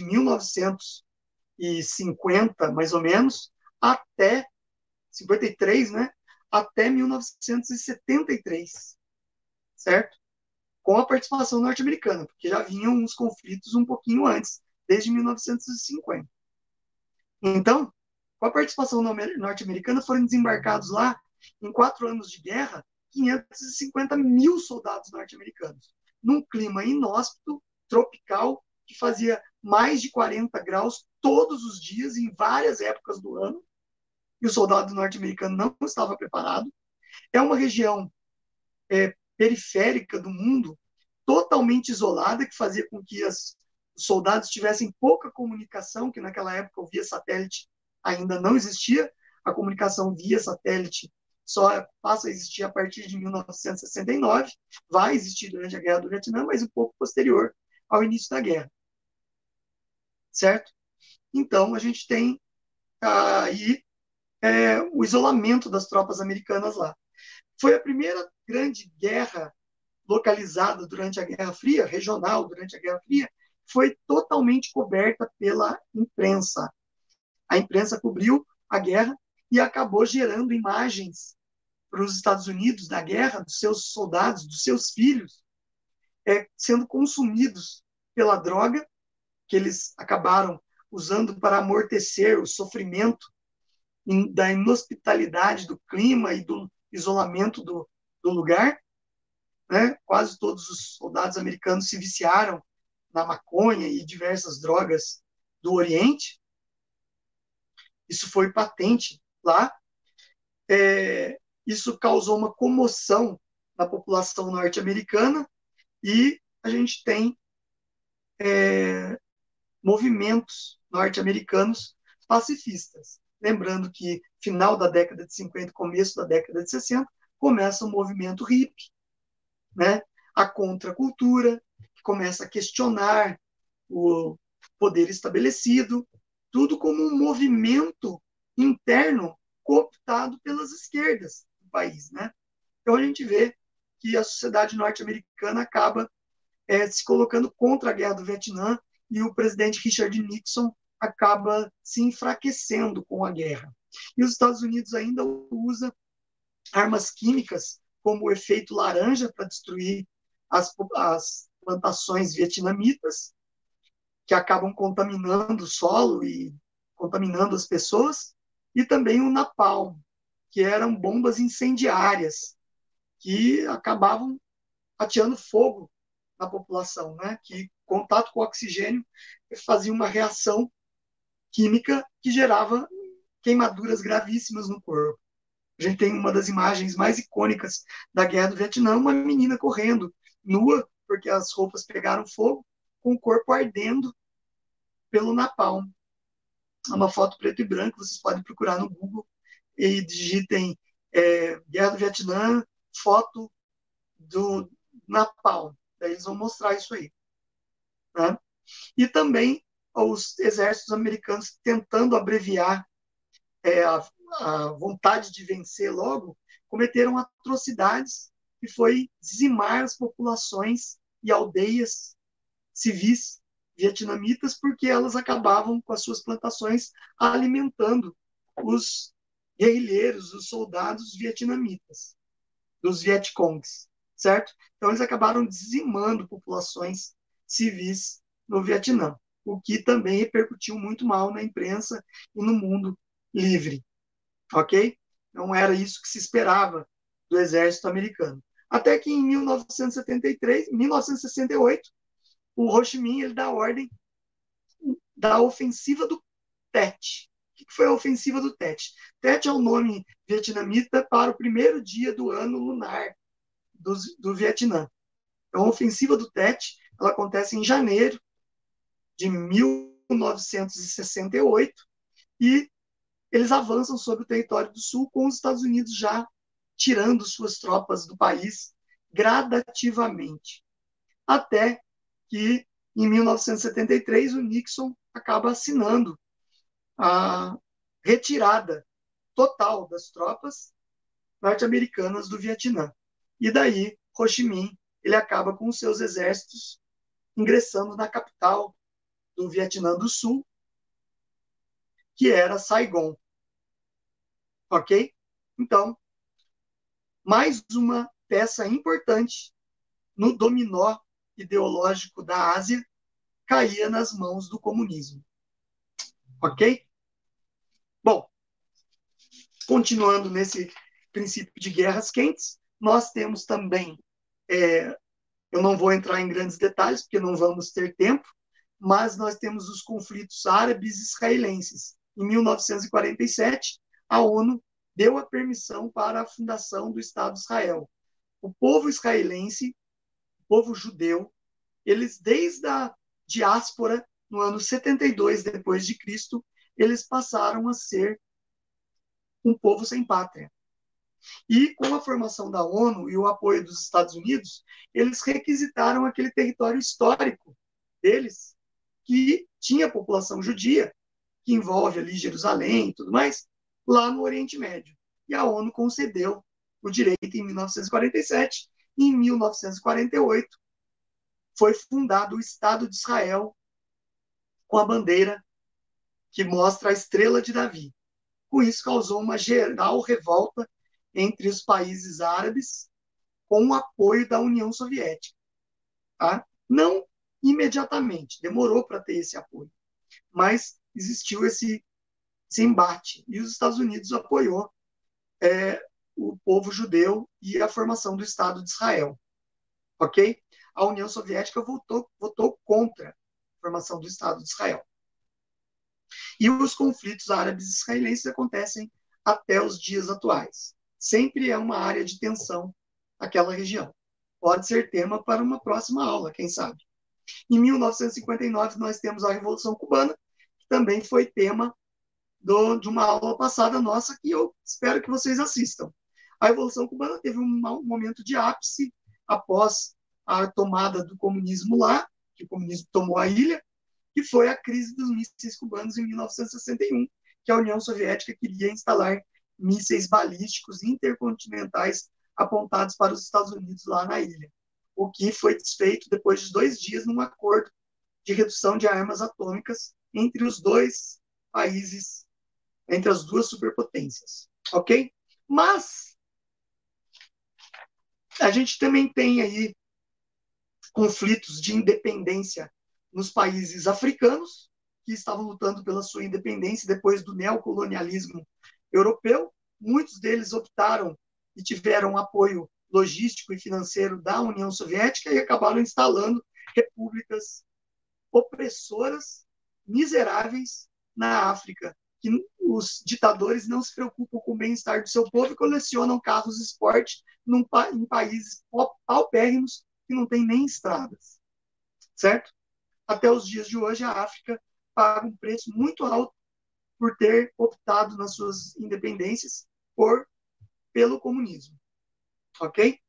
B: 1950, mais ou menos, até 53, né? Até 1973, certo? Com a participação norte-americana, porque já vinham uns conflitos um pouquinho antes, desde 1950. Então, com a participação norte-americana, foram desembarcados lá, em 4 anos de guerra, 550 mil soldados norte-americanos, num clima inóspito, tropical, que fazia mais de 40 graus todos os dias, em várias épocas do ano, e o soldado norte-americano não estava preparado. É uma região periférica do mundo, totalmente isolada, que fazia com que os soldados tivessem pouca comunicação, que naquela época o via satélite ainda não existia. A comunicação via satélite só passa a existir a partir de 1969, vai existir durante a Guerra do Vietnã, mas um pouco posterior ao início da guerra. Certo? Então, a gente tem aí o isolamento das tropas americanas lá. Foi a primeira grande guerra localizada durante a Guerra Fria, regional durante a Guerra Fria, foi totalmente coberta pela imprensa. A imprensa cobriu a guerra e acabou gerando imagens para os Estados Unidos da guerra, dos seus soldados, dos seus filhos, sendo consumidos pela droga, que eles acabaram usando para amortecer o sofrimento da inhospitalidade do clima e do isolamento do lugar. Né? Quase todos os soldados americanos se viciaram na maconha e diversas drogas do Oriente. Isso foi patente lá. Isso causou uma comoção na população norte-americana e a gente tem movimentos norte-americanos pacifistas. Lembrando que final da década de 50, começo da década de 60, começa o movimento hippie, né? A contracultura, que começa a questionar o poder estabelecido, tudo como um movimento interno cooptado pelas esquerdas do país, né? Então a gente vê que a sociedade norte-americana acaba se colocando contra a guerra do Vietnã e o presidente Richard Nixon acaba se enfraquecendo com a guerra. E os Estados Unidos ainda usa armas químicas como o efeito laranja para destruir as plantações vietnamitas, que acabam contaminando o solo e contaminando as pessoas, e também o napalm, que eram bombas incendiárias, que acabavam ateando fogo na população, né? Que contato com o oxigênio fazia uma reação química que gerava queimaduras gravíssimas no corpo. A gente tem uma das imagens mais icônicas da Guerra do Vietnã, uma menina correndo, nua, porque as roupas pegaram fogo, com o corpo ardendo pelo napalm. É uma foto preto e branco, vocês podem procurar no Google e digitem Guerra do Vietnã, foto do napalm. Daí eles vão mostrar isso aí. Né? E também os exércitos americanos tentando abreviar a vontade de vencer logo, cometeram atrocidades que foi dizimar as populações e aldeias civis vietnamitas, porque elas acabavam com as suas plantações alimentando os guerrilheiros, os soldados vietnamitas, dos Vietcongs, certo? Então eles acabaram dizimando populações civis no Vietnã, o que também repercutiu muito mal na imprensa e no mundo livre, ok? Não era isso que se esperava do exército americano. Até que em 1968, o Ho Chi Minh ele dá a ordem da ofensiva do Tet. O que foi a ofensiva do Tet? Tet é o nome vietnamita para o primeiro dia do ano lunar do Vietnã. Então, a ofensiva do Tet ela acontece em janeiro de 1968 e eles avançam sobre o território do Sul, com os Estados Unidos já tirando suas tropas do país gradativamente. Até que, em 1973, o Nixon acaba assinando a retirada total das tropas norte-americanas do Vietnã. E daí, Ho Chi Minh, ele acaba com os seus exércitos ingressando na capital do Vietnã do Sul, que era Saigon. Ok? Então, mais uma peça importante no dominó ideológico da Ásia caía nas mãos do comunismo. Ok? Bom, continuando nesse princípio de guerras quentes, nós temos também, eu não vou entrar em grandes detalhes, porque não vamos ter tempo, mas nós temos os conflitos árabes israelenses. Em 1947, a ONU deu a permissão para a fundação do Estado de Israel. O povo israelense, o povo judeu, eles desde a diáspora, no ano 72 depois de Cristo, eles passaram a ser um povo sem pátria. E com a formação da ONU e o apoio dos Estados Unidos, eles requisitaram aquele território histórico deles, que tinha população judia, que envolve ali Jerusalém e tudo mais, lá no Oriente Médio. E a ONU concedeu o direito em 1947, e em 1948 foi fundado o Estado de Israel com a bandeira que mostra a estrela de Davi. Com isso, causou uma geral revolta entre os países árabes com o apoio da União Soviética. Tá? Não imediatamente, demorou para ter esse apoio, mas existiu esse embate e os Estados Unidos apoiou o povo judeu e a formação do Estado de Israel. Ok? A União Soviética votou contra a formação do Estado de Israel. E os conflitos árabes israelenses acontecem até os dias atuais. Sempre é uma área de tensão aquela região. Pode ser tema para uma próxima aula, quem sabe. Em 1959, nós temos a Revolução Cubana, que também foi tema de uma aula passada nossa, que eu espero que vocês assistam. A Revolução Cubana teve um momento de ápice após a tomada do comunismo lá, que o comunismo tomou a ilha, que foi a crise dos mísseis cubanos em 1961, que a União Soviética queria instalar mísseis balísticos intercontinentais apontados para os Estados Unidos lá na ilha, o que foi desfeito depois de 2 dias num acordo de redução de armas atômicas entre os dois países, entre as duas superpotências, ok? Mas a gente também tem aí conflitos de independência nos países africanos, que estavam lutando pela sua independência depois do neocolonialismo europeu. Muitos deles optaram e tiveram apoio logístico e financeiro da União Soviética e acabaram instalando repúblicas opressoras, miseráveis na África, que os ditadores não se preocupam com o bem-estar do seu povo e colecionam carros de esporte em países paupérrimos que não tem nem estradas, certo? Até os dias de hoje, a África paga um preço muito alto por ter optado nas suas independências pelo comunismo, ok?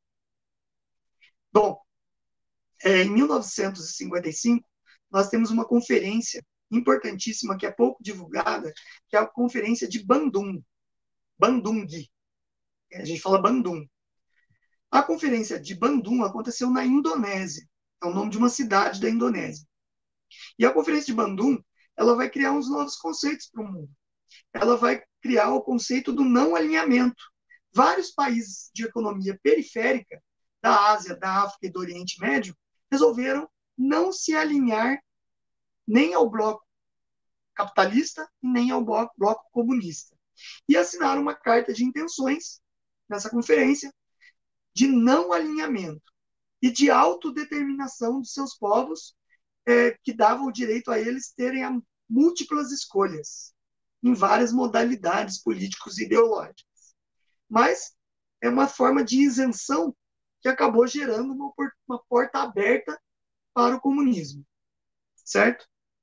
B: Bom, em 1955, nós temos uma conferência importantíssima que é pouco divulgada, que é a Conferência de Bandung. Bandung. A gente fala Bandung. A Conferência de Bandung aconteceu na Indonésia. É o nome de uma cidade da Indonésia. E a Conferência de Bandung, ela vai criar uns novos conceitos para o mundo. Ela vai criar o conceito do não alinhamento. Vários países de economia periférica da Ásia, da África e do Oriente Médio resolveram não se alinhar nem ao bloco capitalista e nem ao bloco comunista. E assinaram uma carta de intenções nessa conferência de não alinhamento e de autodeterminação dos seus povos, que dava o direito a eles terem múltiplas escolhas em várias modalidades políticos e ideológicas. Mas é uma forma de isenção que acabou gerando uma porta aberta para o comunismo, certo?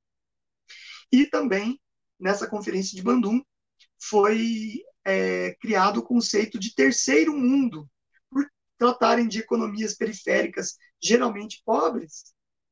B: E também, nessa conferência de Bandung, foi criado o conceito de terceiro mundo, por tratarem de economias periféricas geralmente pobres,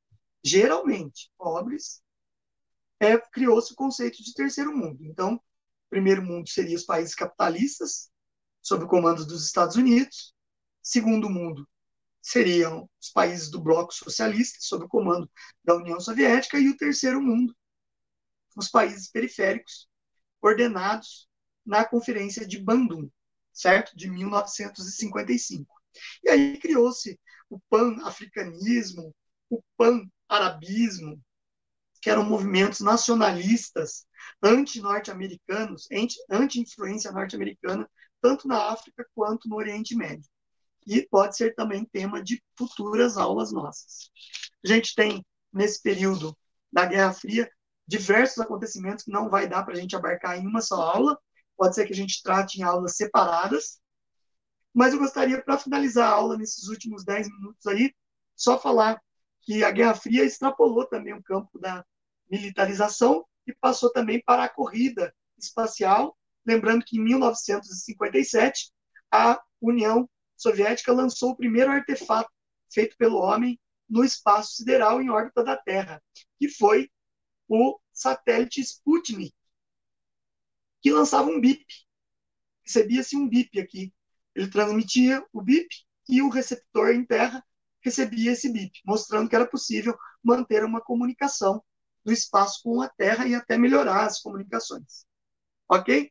B: criou-se o conceito de terceiro mundo. Então, primeiro mundo seria os países capitalistas, sob o comando dos Estados Unidos. segundo mundo seriam os países do bloco socialista, sob o comando da União Soviética, e o terceiro mundo, os países periféricos, ordenados na Conferência de Bandung, certo? De 1955. E aí criou-se o pan-africanismo, o pan-arabismo, que eram movimentos nacionalistas, anti-norte-americanos, anti-influência norte-americana, tanto na África quanto no Oriente Médio. E pode ser também tema de futuras aulas nossas. A gente tem, nesse período da Guerra Fria, diversos acontecimentos que não vai dar para a gente abarcar em uma só aula, pode ser que a gente trate em aulas separadas, mas eu gostaria, para finalizar a aula nesses últimos 10 minutos aí, só falar que a Guerra Fria extrapolou também o campo da militarização e passou também para a corrida espacial, lembrando que em 1957 a União Soviética lançou o primeiro artefato feito pelo homem no espaço sideral em órbita da Terra, que foi o satélite Sputnik, que lançava um bip. Recebia-se um bip aqui. Ele transmitia o bip e o receptor em terra recebia esse bip, mostrando que era possível manter uma comunicação do espaço com a Terra e até melhorar as comunicações. Ok?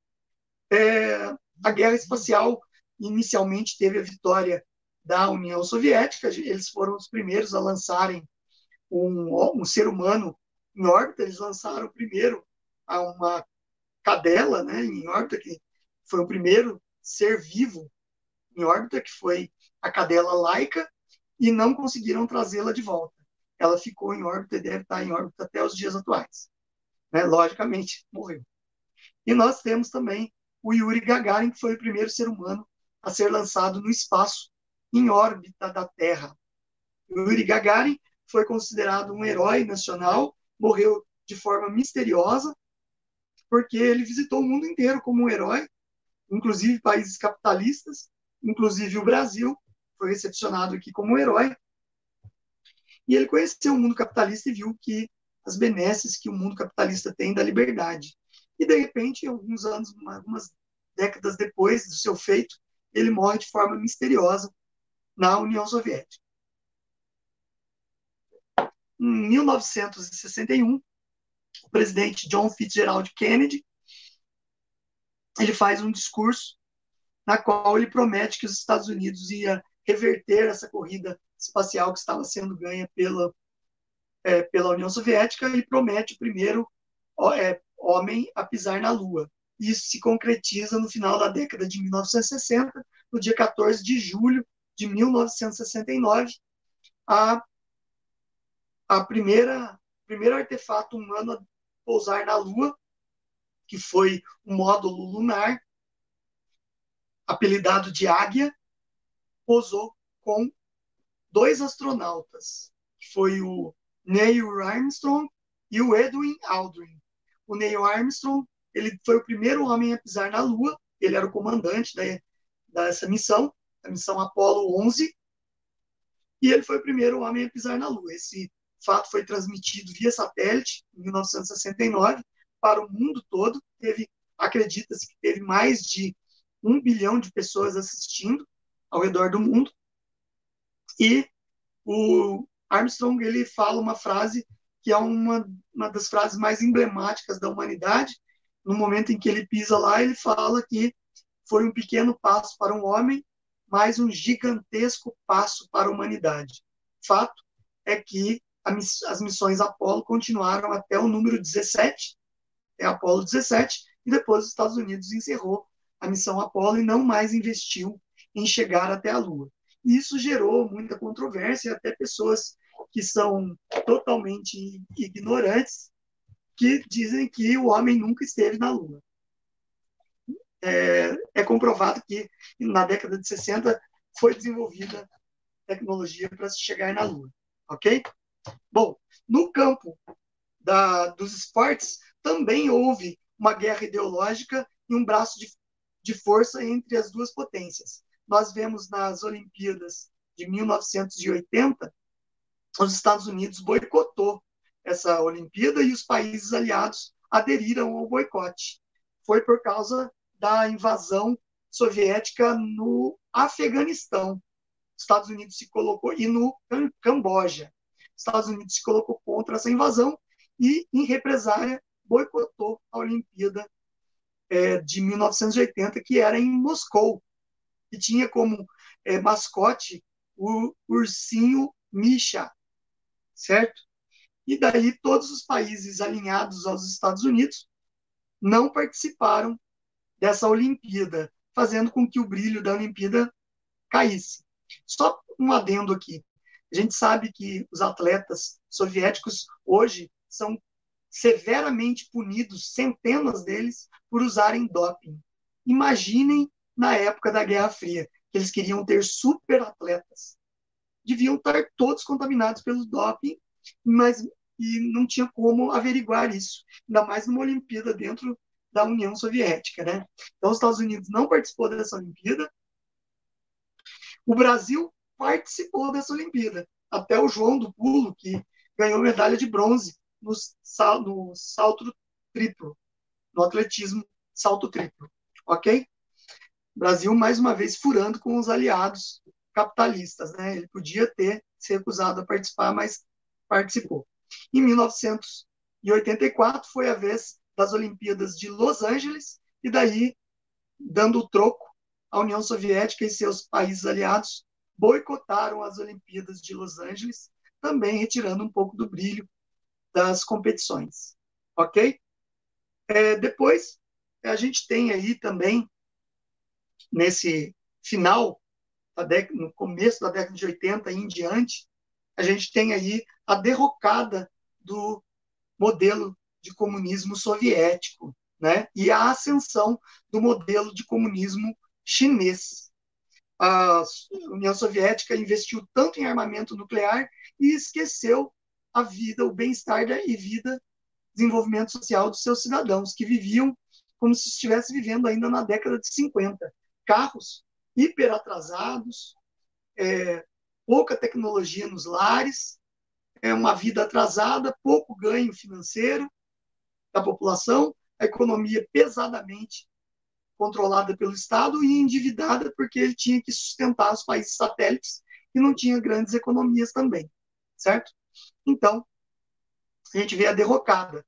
B: A guerra espacial inicialmente teve a vitória da União Soviética, eles foram os primeiros a lançarem um ser humano em órbita, eles lançaram primeiro a uma cadela, né, em órbita, que foi o primeiro ser vivo em órbita, que foi a cadela Laika, e não conseguiram trazê-la de volta. Ela ficou em órbita e deve estar em órbita até os dias atuais. Né? Logicamente, morreu. E nós temos também o Yuri Gagarin, que foi o primeiro ser humano a ser lançado no espaço, em órbita da Terra. O Yuri Gagarin foi considerado um herói nacional, morreu de forma misteriosa, porque ele visitou o mundo inteiro como um herói, inclusive países capitalistas, inclusive o Brasil, foi recepcionado aqui como um herói. E ele conheceu o mundo capitalista e viu que as benesses que o mundo capitalista tem da liberdade. E, de repente, alguns anos, algumas décadas depois do seu feito, ele morre de forma misteriosa na União Soviética. Em 1961, o presidente John Fitzgerald Kennedy, ele faz um discurso na qual ele promete que os Estados Unidos ia reverter essa corrida espacial que estava sendo ganha pela União Soviética, e promete o primeiro homem a pisar na Lua. Isso se concretiza no final da década de 1960, no dia 14 de julho de 1969, primeiro artefato humano a pousar na Lua, que foi um módulo lunar, apelidado de Águia, pousou com 2 astronautas, que foi o Neil Armstrong e o Edwin Aldrin. O Neil Armstrong, ele foi o primeiro homem a pisar na Lua, ele era o comandante dessa missão, a missão Apollo 11, e ele foi o primeiro homem a pisar na Lua. Esse fato foi transmitido via satélite em 1969 para o mundo todo. Acredita-se que teve mais de 1 bilhão de pessoas assistindo ao redor do mundo. E o Armstrong, ele fala uma frase que é uma das frases mais emblemáticas da humanidade. No momento em que ele pisa lá, ele fala que foi um pequeno passo para um homem, mas um gigantesco passo para a humanidade. Fato é que as missões Apollo continuaram até o número 17, Apollo 17, e depois os Estados Unidos encerrou a missão Apollo e não mais investiu em chegar até a Lua. E isso gerou muita controvérsia, até pessoas que são totalmente ignorantes, que dizem que o homem nunca esteve na Lua. É comprovado que na década de 60 foi desenvolvida tecnologia para se chegar na Lua. Ok? Bom, no campo dos esportes, também houve uma guerra ideológica e um braço de força entre as duas potências. Nós vemos nas Olimpíadas de 1980, os Estados Unidos boicotou essa Olimpíada e os países aliados aderiram ao boicote. Foi por causa da invasão Soviética no Afeganistão. Estados Unidos se colocou, e no Camboja. Estados Unidos se colocou contra essa invasão e, em represália, boicotou a Olimpíada de 1980, que era em Moscou, que tinha como mascote o ursinho Misha, certo? E daí todos os países alinhados aos Estados Unidos não participaram dessa Olimpíada, fazendo com que o brilho da Olimpíada caísse. Só um adendo aqui. A gente sabe que os atletas soviéticos hoje são severamente punidos, centenas deles, por usarem doping. Imaginem na época da Guerra Fria, que eles queriam ter super atletas. Deviam estar todos contaminados pelo doping, mas e não tinha como averiguar isso, ainda mais numa Olimpíada dentro da União Soviética, né? Então, os Estados Unidos não participou dessa Olimpíada. O Brasil participou dessa Olimpíada. Até o João do Pulo, que ganhou medalha de bronze no salto triplo, no atletismo salto triplo, ok? O Brasil, mais uma vez, furando com os aliados capitalistas, né? Ele podia ter se recusado a participar, mas participou. Em 1984 foi a vez das Olimpíadas de Los Angeles, e daí, dando o troco, a União Soviética e seus países aliados boicotaram as Olimpíadas de Los Angeles, também retirando um pouco do brilho das competições, ok? Depois, a gente tem aí também, nesse final, no começo da década de 80 e em diante, a gente tem aí a derrocada do modelo de comunismo soviético, né? E a ascensão do modelo de comunismo chinês. A União Soviética investiu tanto em armamento nuclear e esqueceu a vida, o bem-estar e vida, desenvolvimento social dos seus cidadãos, que viviam como se estivesse vivendo ainda na década de 50. Carros hiperatrasados, pouca tecnologia nos lares, uma vida atrasada, pouco ganho financeiro da população, a economia pesadamente controlada pelo Estado e endividada porque ele tinha que sustentar os países satélites e não tinha grandes economias também, certo? Então, a gente vê a derrocada.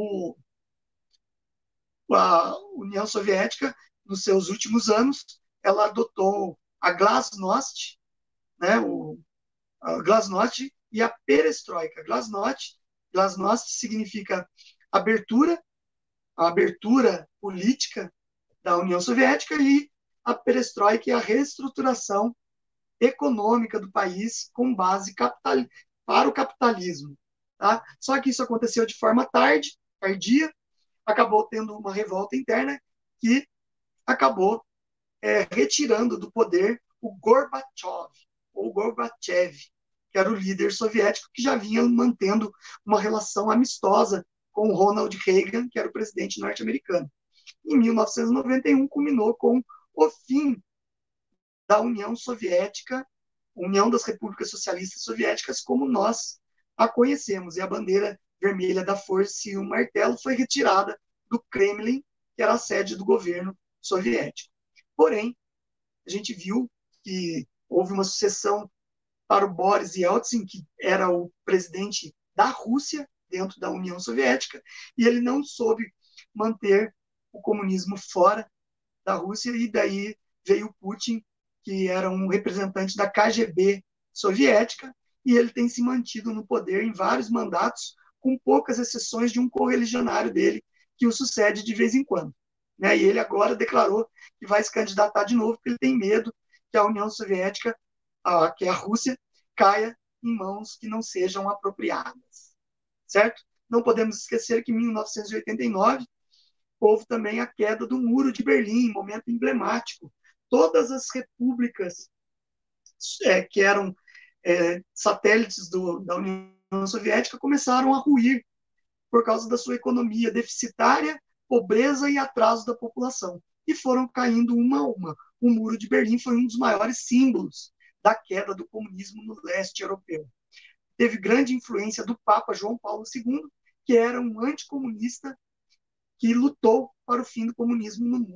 B: A União Soviética, nos seus últimos anos, ela adotou a glasnost, né, a glasnost e a perestroika. Glasnost significa abertura, a abertura política da União Soviética, e a perestroika é a reestruturação econômica do país com base para o capitalismo. Tá? Só que isso aconteceu de forma tardia, acabou tendo uma revolta interna que acabou retirando do poder o Gorbachev, que era o líder soviético que já vinha mantendo uma relação amistosa com o Ronald Reagan, que era o presidente norte-americano. Em 1991, culminou com o fim da União Soviética, União das Repúblicas Socialistas Soviéticas, como nós a conhecemos. E a bandeira vermelha da força e o martelo foi retirada do Kremlin, que era a sede do governo soviético. Porém, a gente viu que houve uma sucessão para o Boris Yeltsin, que era o presidente da Rússia dentro da União Soviética, e ele não soube manter o comunismo fora da Rússia, e daí veio Putin, que era um representante da KGB soviética, e ele tem se mantido no poder em vários mandatos, com poucas exceções de um correligionário dele, que o sucede de vez em quando. Né? E ele agora declarou que vai se candidatar de novo, porque ele tem medo que a União Soviética, que a Rússia, caia em mãos que não sejam apropriadas. Certo? Não podemos esquecer que em 1989 houve também a queda do Muro de Berlim, momento emblemático. Todas as repúblicas que eram satélites da União Soviética começaram a ruir por causa da sua economia deficitária, pobreza e atraso da população. E foram caindo uma a uma. O Muro de Berlim foi um dos maiores símbolos da queda do comunismo no leste europeu. Teve grande influência do Papa João Paulo II, que era um anticomunista que lutou para o fim do comunismo no mundo.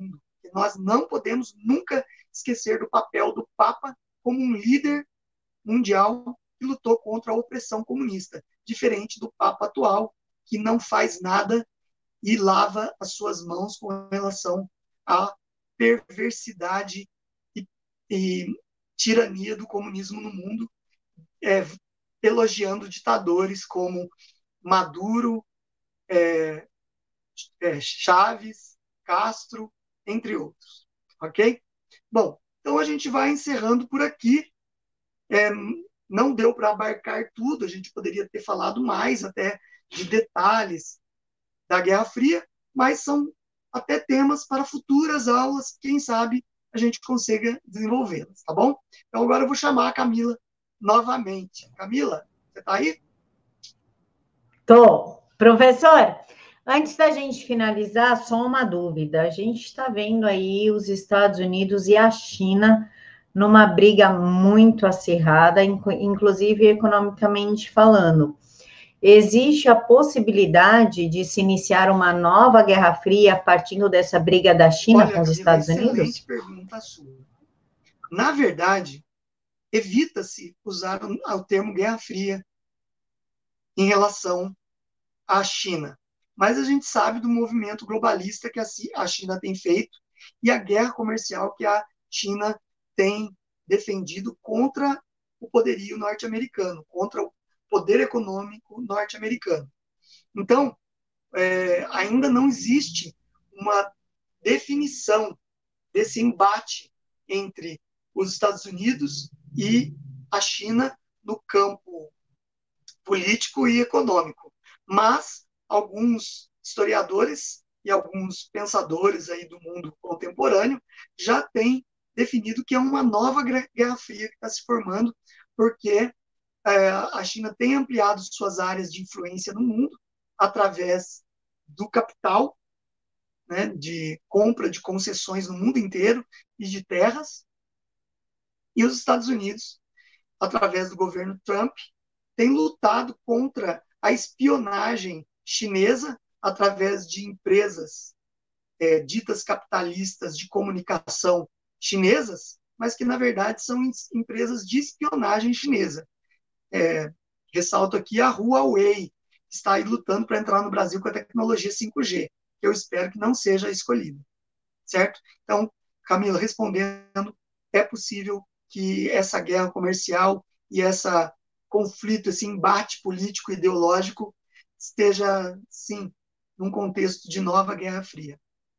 B: nós não podemos nunca esquecer do papel do Papa como um líder mundial que lutou contra a opressão comunista, diferente do Papa atual, que não faz nada e lava as suas mãos com relação à perversidade e tirania do comunismo no mundo, elogiando ditadores como Maduro, Chaves, Castro, entre outros. Ok? Bom, então a gente vai encerrando por aqui. Não deu para abarcar tudo, a gente poderia ter falado mais até de detalhes da Guerra Fria, mas são até temas para futuras aulas, quem sabe a gente consiga desenvolvê-las, tá bom? Então agora eu vou chamar a Camila novamente. Camila, você está aí?
A: Tô. Professor, antes da gente finalizar, só uma dúvida. A gente está vendo aí os Estados Unidos e a China numa briga muito acirrada, inclusive economicamente falando. Existe a possibilidade de se iniciar uma nova Guerra Fria partindo dessa briga da China
B: Olha,
A: com os
B: Camila,
A: Estados Unidos?
B: excelente pergunta sua. Na verdade, evita-se usar o termo Guerra Fria em relação à China. Mas a gente sabe do movimento globalista que a China tem feito e a guerra comercial que a China tem defendido contra o poderio norte-americano, contra o poder econômico norte-americano. Então, ainda não existe uma definição desse embate entre os Estados Unidos e a China no campo político e econômico. Mas alguns historiadores e alguns pensadores aí do mundo contemporâneo já têm definido que é uma nova Guerra Fria que está se formando, porque a China tem ampliado suas áreas de influência no mundo através do capital, né, de compra de concessões no mundo inteiro e de terras, e os Estados Unidos, através do governo Trump, tem lutado contra a espionagem chinesa através de empresas ditas capitalistas de comunicação chinesas, mas que, na verdade, são empresas de espionagem chinesa. Ressalto aqui a Huawei, que está aí lutando para entrar no Brasil com a tecnologia 5G, que eu espero que não seja escolhida. Certo? Então, Camila, respondendo, é possível que essa guerra comercial e esse conflito, esse embate político e ideológico esteja, sim, num contexto de nova Guerra Fria.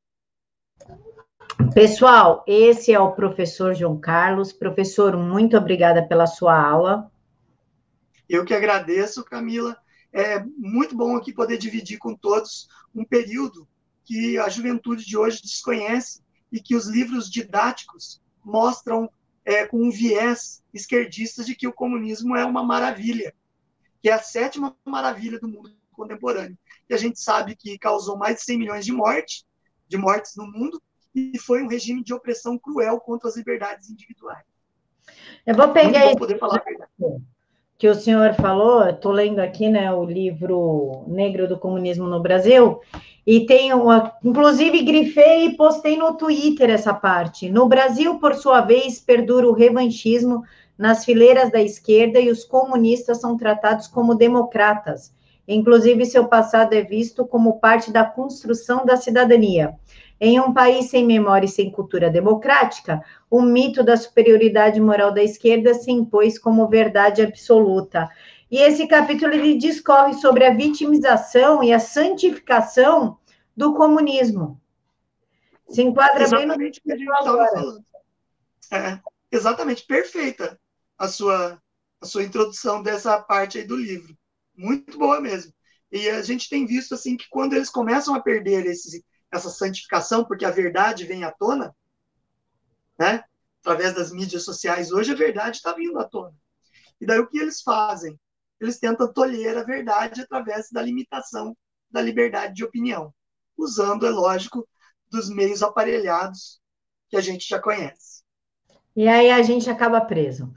A: Pessoal, esse é o professor João Carlos. Professor, muito obrigada pela sua aula.
B: Eu que agradeço, Camila. É muito bom aqui poder dividir com todos um período que a juventude de hoje desconhece e que os livros didáticos mostram com um viés esquerdista de que o comunismo é uma maravilha, que é a 7ª maravilha do mundo contemporâneo. E a gente sabe que causou mais de 100 milhões de mortes no mundo, e foi um regime de opressão cruel contra as liberdades individuais.
A: Eu vou pegar
B: muito bom poder falar a verdade.
A: Que o senhor falou, estou lendo aqui, né, o livro Negro do Comunismo no Brasil, e tenho, inclusive, grifei e postei no Twitter essa parte. No Brasil, por sua vez, perdura o revanchismo nas fileiras da esquerda e os comunistas são tratados como democratas. Inclusive, seu passado é visto como parte da construção da cidadania. Em um país sem memória e sem cultura democrática, o mito da superioridade moral da esquerda se impôs como verdade absoluta. E esse capítulo ele discorre sobre a vitimização e a santificação do comunismo. Se enquadra
B: exatamente
A: bem
B: o que a gente estava falando. Exatamente, perfeita a sua introdução dessa parte aí do livro. Muito boa mesmo. E a gente tem visto assim que quando eles começam a perder essa santificação, porque a verdade vem à tona, né? Através das mídias sociais, hoje a verdade está vindo à tona. E daí o que eles fazem? Eles tentam tolher a verdade através da limitação da liberdade de opinião, usando, é lógico, dos meios aparelhados que a gente já conhece.
A: E aí a gente acaba preso.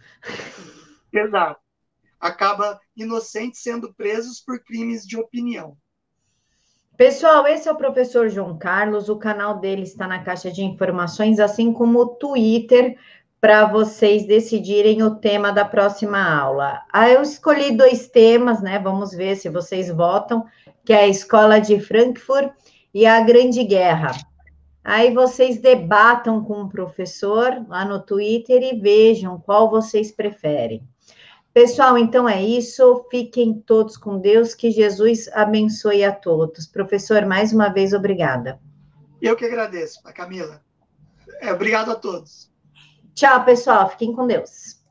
B: Exato. Acaba inocentes sendo presos por crimes de opinião.
A: Pessoal, esse é o professor João Carlos, o canal dele está na caixa de informações, assim como o Twitter, para vocês decidirem o tema da próxima aula. Eu escolhi 2 temas, né? Vamos ver se vocês votam, que é a Escola de Frankfurt e a Grande Guerra. Aí vocês debatam com o professor lá no Twitter e vejam qual vocês preferem. Pessoal, então é isso. Fiquem todos com Deus. Que Jesus abençoe a todos. Professor, mais uma vez, obrigada.
B: Eu que agradeço, a Camila. Obrigado a todos.
A: Tchau, pessoal. Fiquem com Deus.